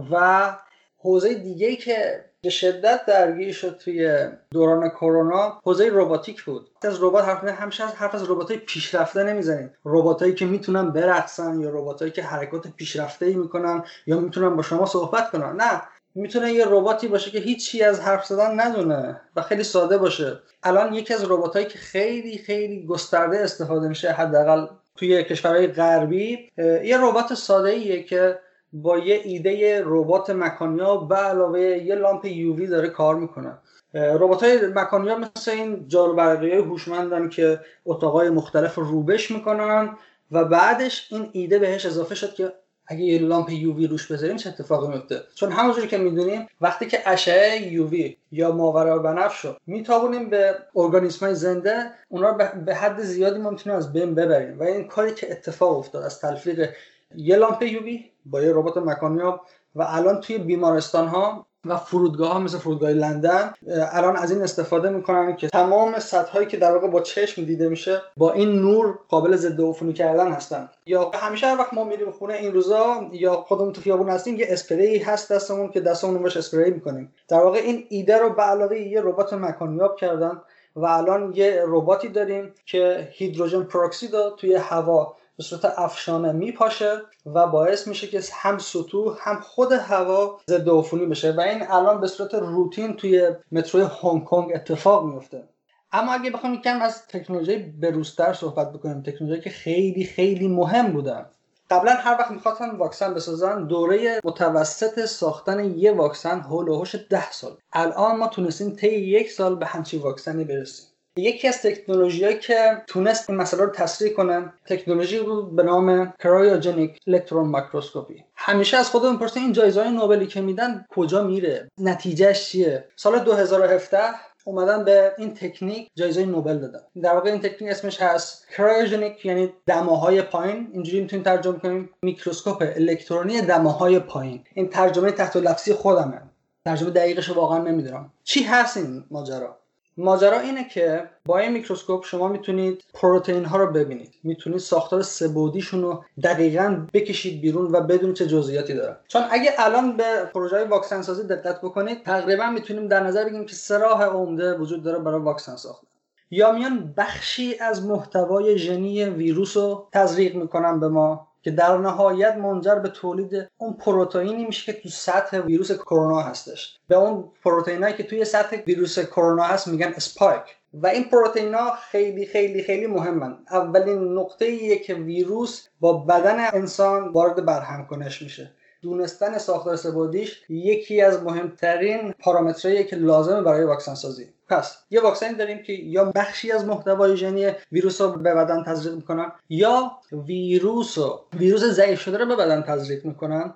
و حوزه دیگه‌ای که به شدت درگیر شد توی دوران کرونا حوزه رباتیک بود. از ربات حرف از رباتای پیشرفته نمیزنیم. رباتایی که میتونن برقصن یا رباتایی که حرکات پیشرفته‌ای میکنن یا میتونن با شما صحبت کنن. نه، میتونه یه رباتی باشه که هیچی از حرف زدن ندونه و خیلی ساده باشه. الان یکی از رباتایی که خیلی خیلی گسترده استفاده میشه حداقل توی کشورهای غربی یه ربات ساده‌ایه که با یه ایده ربات مکانیاب به علاوه یه لامپ یووی داره کار میکنه. ربات‌های مکانیاب مثل این جاروبرقی‌های هوشمندن که اتاقای مختلف روبش میکنن و بعدش این ایده بهش اضافه شد که اگه یه لامپ یووی روش بذاریم چه اتفاقی میفته. چون همونجوری که میدونیم وقتی که اشعه یووی یا ماورابنفش رو میتابونیم به ارگانیسم‌های زنده، اونا به حد زیادی ما میتونیم از بین ببریم و این کاری که اتفاق افتاد از تلفیق یه لامپ یووی با یه ربات مکانیاب و الان توی بیمارستان‌ها و فرودگاه‌ها مثل فرودگاه لندن الان از این استفاده میکنن که تمام سطحایی که در واقع با چشم دیده میشه با این نور قابل ضد عفونی کردن هستن. یا همیشه هر وقت ما میریم خونه این روزا یا خودمون تو خیابون هستیم یه اسپری هست دستمون که دستمون باش اسپری میکنیم. در واقع این ایده رو به علاوه یه ربات مکانیاب کردن و الان یه رباتی داریم که هیدروژن پروکسید رو توی هوا به صورت افشانه میپاشه و باعث میشه که هم سطوح هم خود هوا ضد عفونی بشه و این الان به صورت روتین توی متروی هنگ کنگ اتفاق میفته. اما اگه بخوام یکم از تکنولوژی بروزتر صحبت بکنیم، تکنولوژی که خیلی خیلی مهم بودن. قبلا هر وقت میخواستن واکسن بسازن دوره متوسط ساختن یه واکسن هول و هوش 10 سال. الان ما تونستیم طی 1 سال به همچین واکسنی برسیم. یکی از تکنولوژی‌هایی که تونست این مسئله رو تسریع کنه تکنولوژی بود به نام کرایوجنیک الکترون مایکروسکوپی. همیشه از خودمون می‌پرسیم این جایزه‌های نوبلی که میدن کجا میره؟ نتیجهش چیه؟ سال 2017 اومدن به این تکنیک جایزه نوبل دادن. در واقع این تکنیک اسمش هست کرایوجنیک، یعنی دماهای پایین. اینجوری میتونیم ترجمه کنیم میکروسکوپ الکترونی دماهای پایین. این ترجمه تحت لفظی خودمه. ترجمه دقیقش رو واقعا نمیدونم. چی هست این ماجرا؟ ماجرا اینه که با این میکروسکوپ شما میتونید پروتئین ها رو ببینید، میتونید ساختار سه‌بعدیشون رو دقیقاً بکشید بیرون و بدونید چه جزئیاتی داره. چون اگه الان به پروژه واکسن سازی دقت بکنید تقریبا میتونیم در نظر بگیریم که 3 راه عمده وجود داره برای واکسن ساختن. یا میان بخشی از محتوای ژنی ویروس رو تزریق میکنن به ما که در نهایت منجر به تولید اون پروتئینی میشه که تو سطح ویروس کرونا هستش. به اون پروتئینایی که توی سطح ویروس کرونا هست میگن اسپایک و این پروتئینا خیلی خیلی خیلی مهمن. اولین نقطه‌ایه که ویروس با بدن انسان وارد برهم کنش میشه. دونستن ساختار سه‌بعدیش یکی از مهمترین پارامترهاییه که لازمه برای واکسن سازی. پس یه واکسن داریم که یا بخشی از محتوای ژنی ویروس رو به بدن تزریق میکنن یا ویروس ضعیف شده رو به بدن تزریق میکنن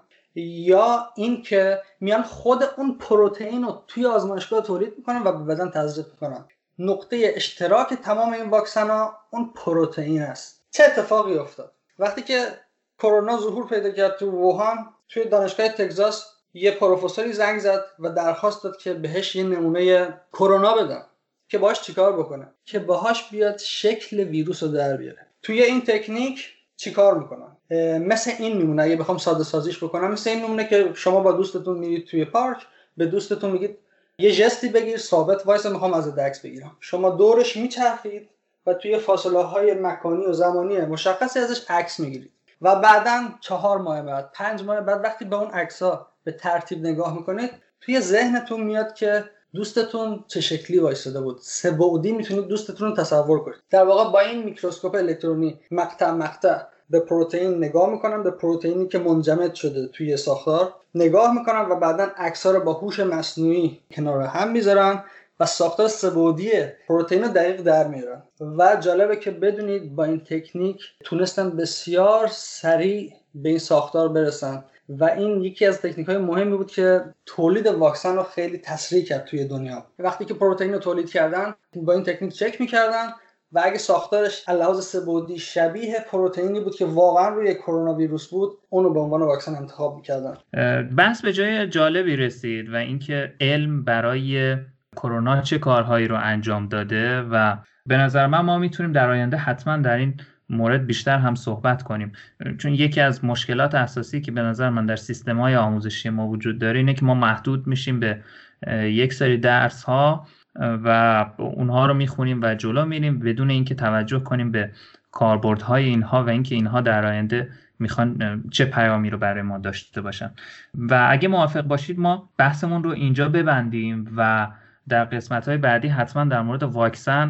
یا این که میان خود اون پروتئین رو توی آزمایشگاه تولید میکنن و به بدن تزریق میکنن. نقطه اشتراک تمام این واکسن ها اون پروتئین است. چه اتفاقی افتاد؟ وقتی که کرونا ظهور پیدا کرد تو ووهان، توی دانشگاه تگزاس یه پروفسوری زنگ زد و درخواست داد که بهش یه نمونه کرونا بدن که باهاش چیکار بکنه، که باهاش بیاد شکل ویروس رو در بیاره. توی این تکنیک چیکار میکنن؟ مثل این میمونه، اگه بخوام ساده سازیش بکنم مثل این میمونه که شما با دوستتون میرید توی پارک، به دوستتون میگید یه جستی بگیر، ثابت وایس، میخوام از عکس بگیرم. شما دورش میچرخید و توی فاصله های مکانی و زمانی مشخصی ازش عکس میگیرید و بعداً 4 ماه بعد 5 ماه بعد وقتی به اون عکس‌ها به ترتیب نگاه میکنید توی ذهنتون میاد که دوستتون چه شکلی وایساده بود. 3 بعدی میتونید دوستتون رو تصور کنید. در واقع با این میکروسکوپ الکترونی مقطع به پروتئین نگاه میکنن، به پروتئینی که منجمد شده توی ساختار نگاه میکنن و بعداً عکس‌ها رو با هوش مصنوعی کنار هم میذارن و ساختار 3 بعدی پروتئین رو دقیق در میارن. و جالبه که بدونید با این تکنیک تونستن بسیار سریع به این ساختار برسن و این یکی از تکنیک‌های مهمی بود که تولید واکسن رو خیلی تسریع کرد توی دنیا. وقتی که پروتئین رو تولید کردن با این تکنیک چک می‌کردن و اگه ساختارش علاوه 3 بعدی شبیه پروتئینی بود که واقعا روی کرونا ویروس بود، اون رو به عنوان واکسن انتخاب می‌کردن. بحث به جای جالبی رسید و اینکه علم برای کرونا چه کارهایی رو انجام داده و به نظر من ما میتونیم در آینده حتما در این مورد بیشتر هم صحبت کنیم، چون یکی از مشکلات اساسی که به نظر من در سیستم‌های آموزشی ما وجود داره اینه که ما محدود میشیم به یک سری درس‌ها و اونها رو میخونیم و جلو میریم بدون اینکه توجه کنیم به کاربردهای اینها و اینکه اینها در آینده میخوان چه پیامی رو برای ما داشته باشن. و اگه موافق باشید ما بحثمون رو اینجا ببندیم و در قسمت‌های بعدی حتما در مورد واکسن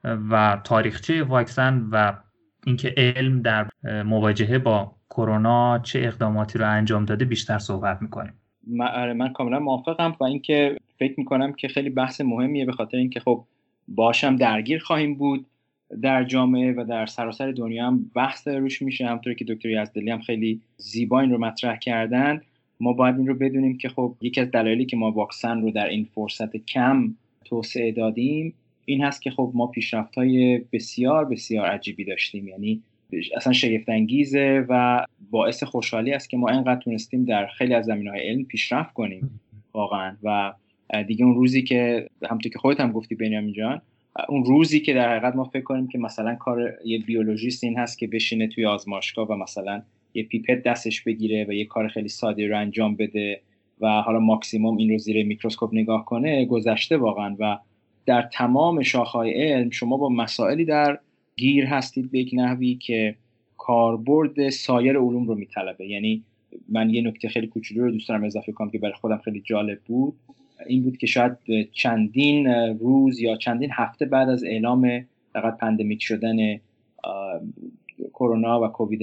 و تاریخچه واکسن و اینکه علم در مواجهه با کرونا چه اقداماتی رو انجام داده بیشتر صحبت می‌کنیم. من کاملا موافقم و اینکه فکر می‌کنم که خیلی بحث مهمیه، به خاطر اینکه خب باشم درگیر خواهیم بود در جامعه و در سراسر دنیا هم بحث روش میشه. همونطوری که دکتر یزدلی هم خیلی زیبا این رو مطرح کردن، ما باید این رو بدونیم که خب یکی از دلایلی که ما واکسن رو در این فرصت کم توسعه دادیم این هست که خب ما پیشرفت‌های بسیار بسیار عجیبی داشتیم، یعنی اصلا شگفت انگیزه و باعث خوشحالی است که ما اینقدر تونستیم در خیلی از زمینه‌های علم پیشرفت کنیم واقعا. و دیگه اون روزی که همونطور که خودت هم گفتی بنیامین جان، اون روزی که در حقیقت ما فکر کنیم که مثلا کار یه بیولوژیست این هست که بشینه توی آزمایشگاه و مثلا یه پیپت دستش بگیره و یه کار خیلی ساده رو انجام بده و حالا ماکسیموم این رو زیر میکروسکوپ نگاه کنه، گذشته واقعا. و در تمام شاخه‌های علم شما با مسائلی در گیر هستید به یک نحوی که کاربرد سایر علوم رو میطلبه. یعنی من یه نکته خیلی کوچولو رو دوست دارم اضافه کنم که برای خودم خیلی جالب بود، این بود که شاید چندین روز یا چندین هفته بعد از اعلام فقط پندمیک شدن کرونا و کووید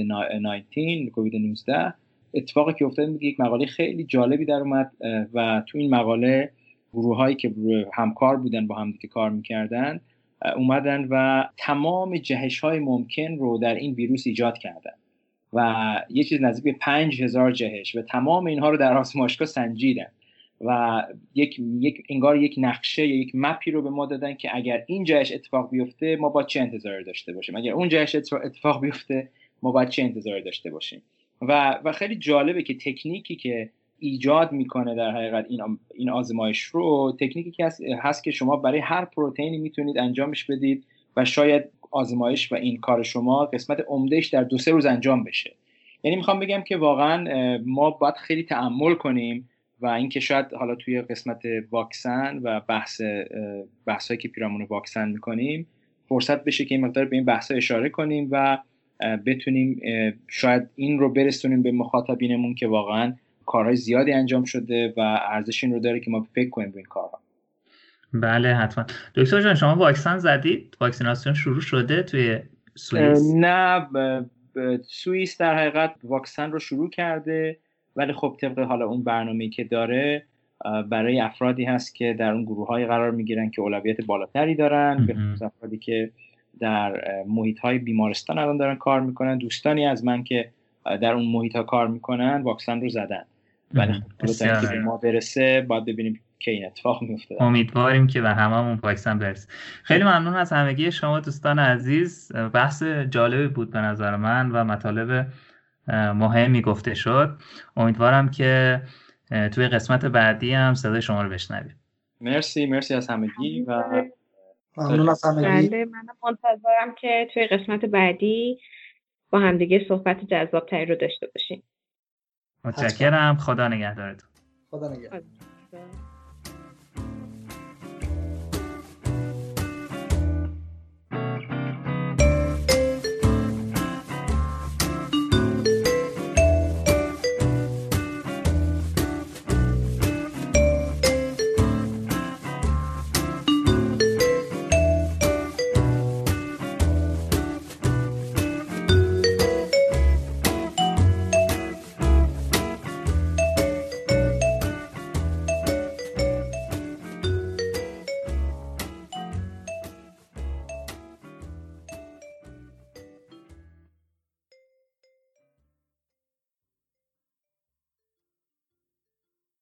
19 اتفاقی که افتاد بود یک مقاله خیلی جالبی در اومد و تو این مقاله گروهایی که همکار بودن با هم دیگه کار میکردن اومدن و تمام جهش‌های ممکن رو در این ویروس ایجاد کردن و یه چیز نزدیک به 5000 جهش و تمام اینها رو در آزمایشگاه سنجیدن و انگار یک نقشه یا یک مپی رو به ما دادن که اگر این جهش اتفاق بیفته ما باید چه انتظاری داشته باشیم، اگر اون جهش اتفاق بیفته ما باید چه انتظاری داشته باشیم. و خیلی جالبه که تکنیکی که ایجاد میکنه در حقیقت این آزمایش رو، تکنیکی که هست که شما برای هر پروتئینی میتونید انجامش بدید و شاید آزمایش و این کار شما قسمت عمدهش در 2-3 روز انجام بشه. یعنی میخوام بگم که واقعا ما باید خیلی تأمل کنیم و اینکه شاید حالا توی قسمت واکسن و بحثایی که پیرامون واکسن میکنیم فرصت بشه که این مقدار به این بحثا اشاره کنیم و بتونیم شاید این رو برسونیم به مخاطبینمون که واقعا کارهای زیادی انجام شده و ارزش این رو داره که ما فکر کنیم به این کارها. بله حتما. دکتر جان شما واکسن زدید؟ واکسیناسیون شروع شده توی سوئیس؟ نه، سوئیس در حقیقت واکسن رو شروع کرده ولی خب طبق حالا اون برنامه‌ای که داره برای افرادی هست که در اون گروه‌های قرار میگیرن که اولویت بالاتری دارن، به خصوص افرادی که در محیط‌های بیمارستان الان دارن کار میکنن. دوستانی از من که در اون محیط‌ها کار میکنن واکسن رو زدن ولی خب تا اینکه به ما برسه باید ببینیم که این اتفاق میفته. امیدواریم که به هممون واکسن برسه. خیلی ممنون از همگی شما دوستان عزیز، بحث جالبی بود به نظر من و مطالب مهمی گفته شد. امیدوارم که توی قسمت بعدی هم صدای شما رو بشنویم. مرسی از همگی و ممنون از همگی. بله منم منتظرم که توی قسمت بعدی با همدیگه صحبت جذاب‌تری رو داشته باشیم. متشکرم. خدا نگهدارتون. خدا نگهدار.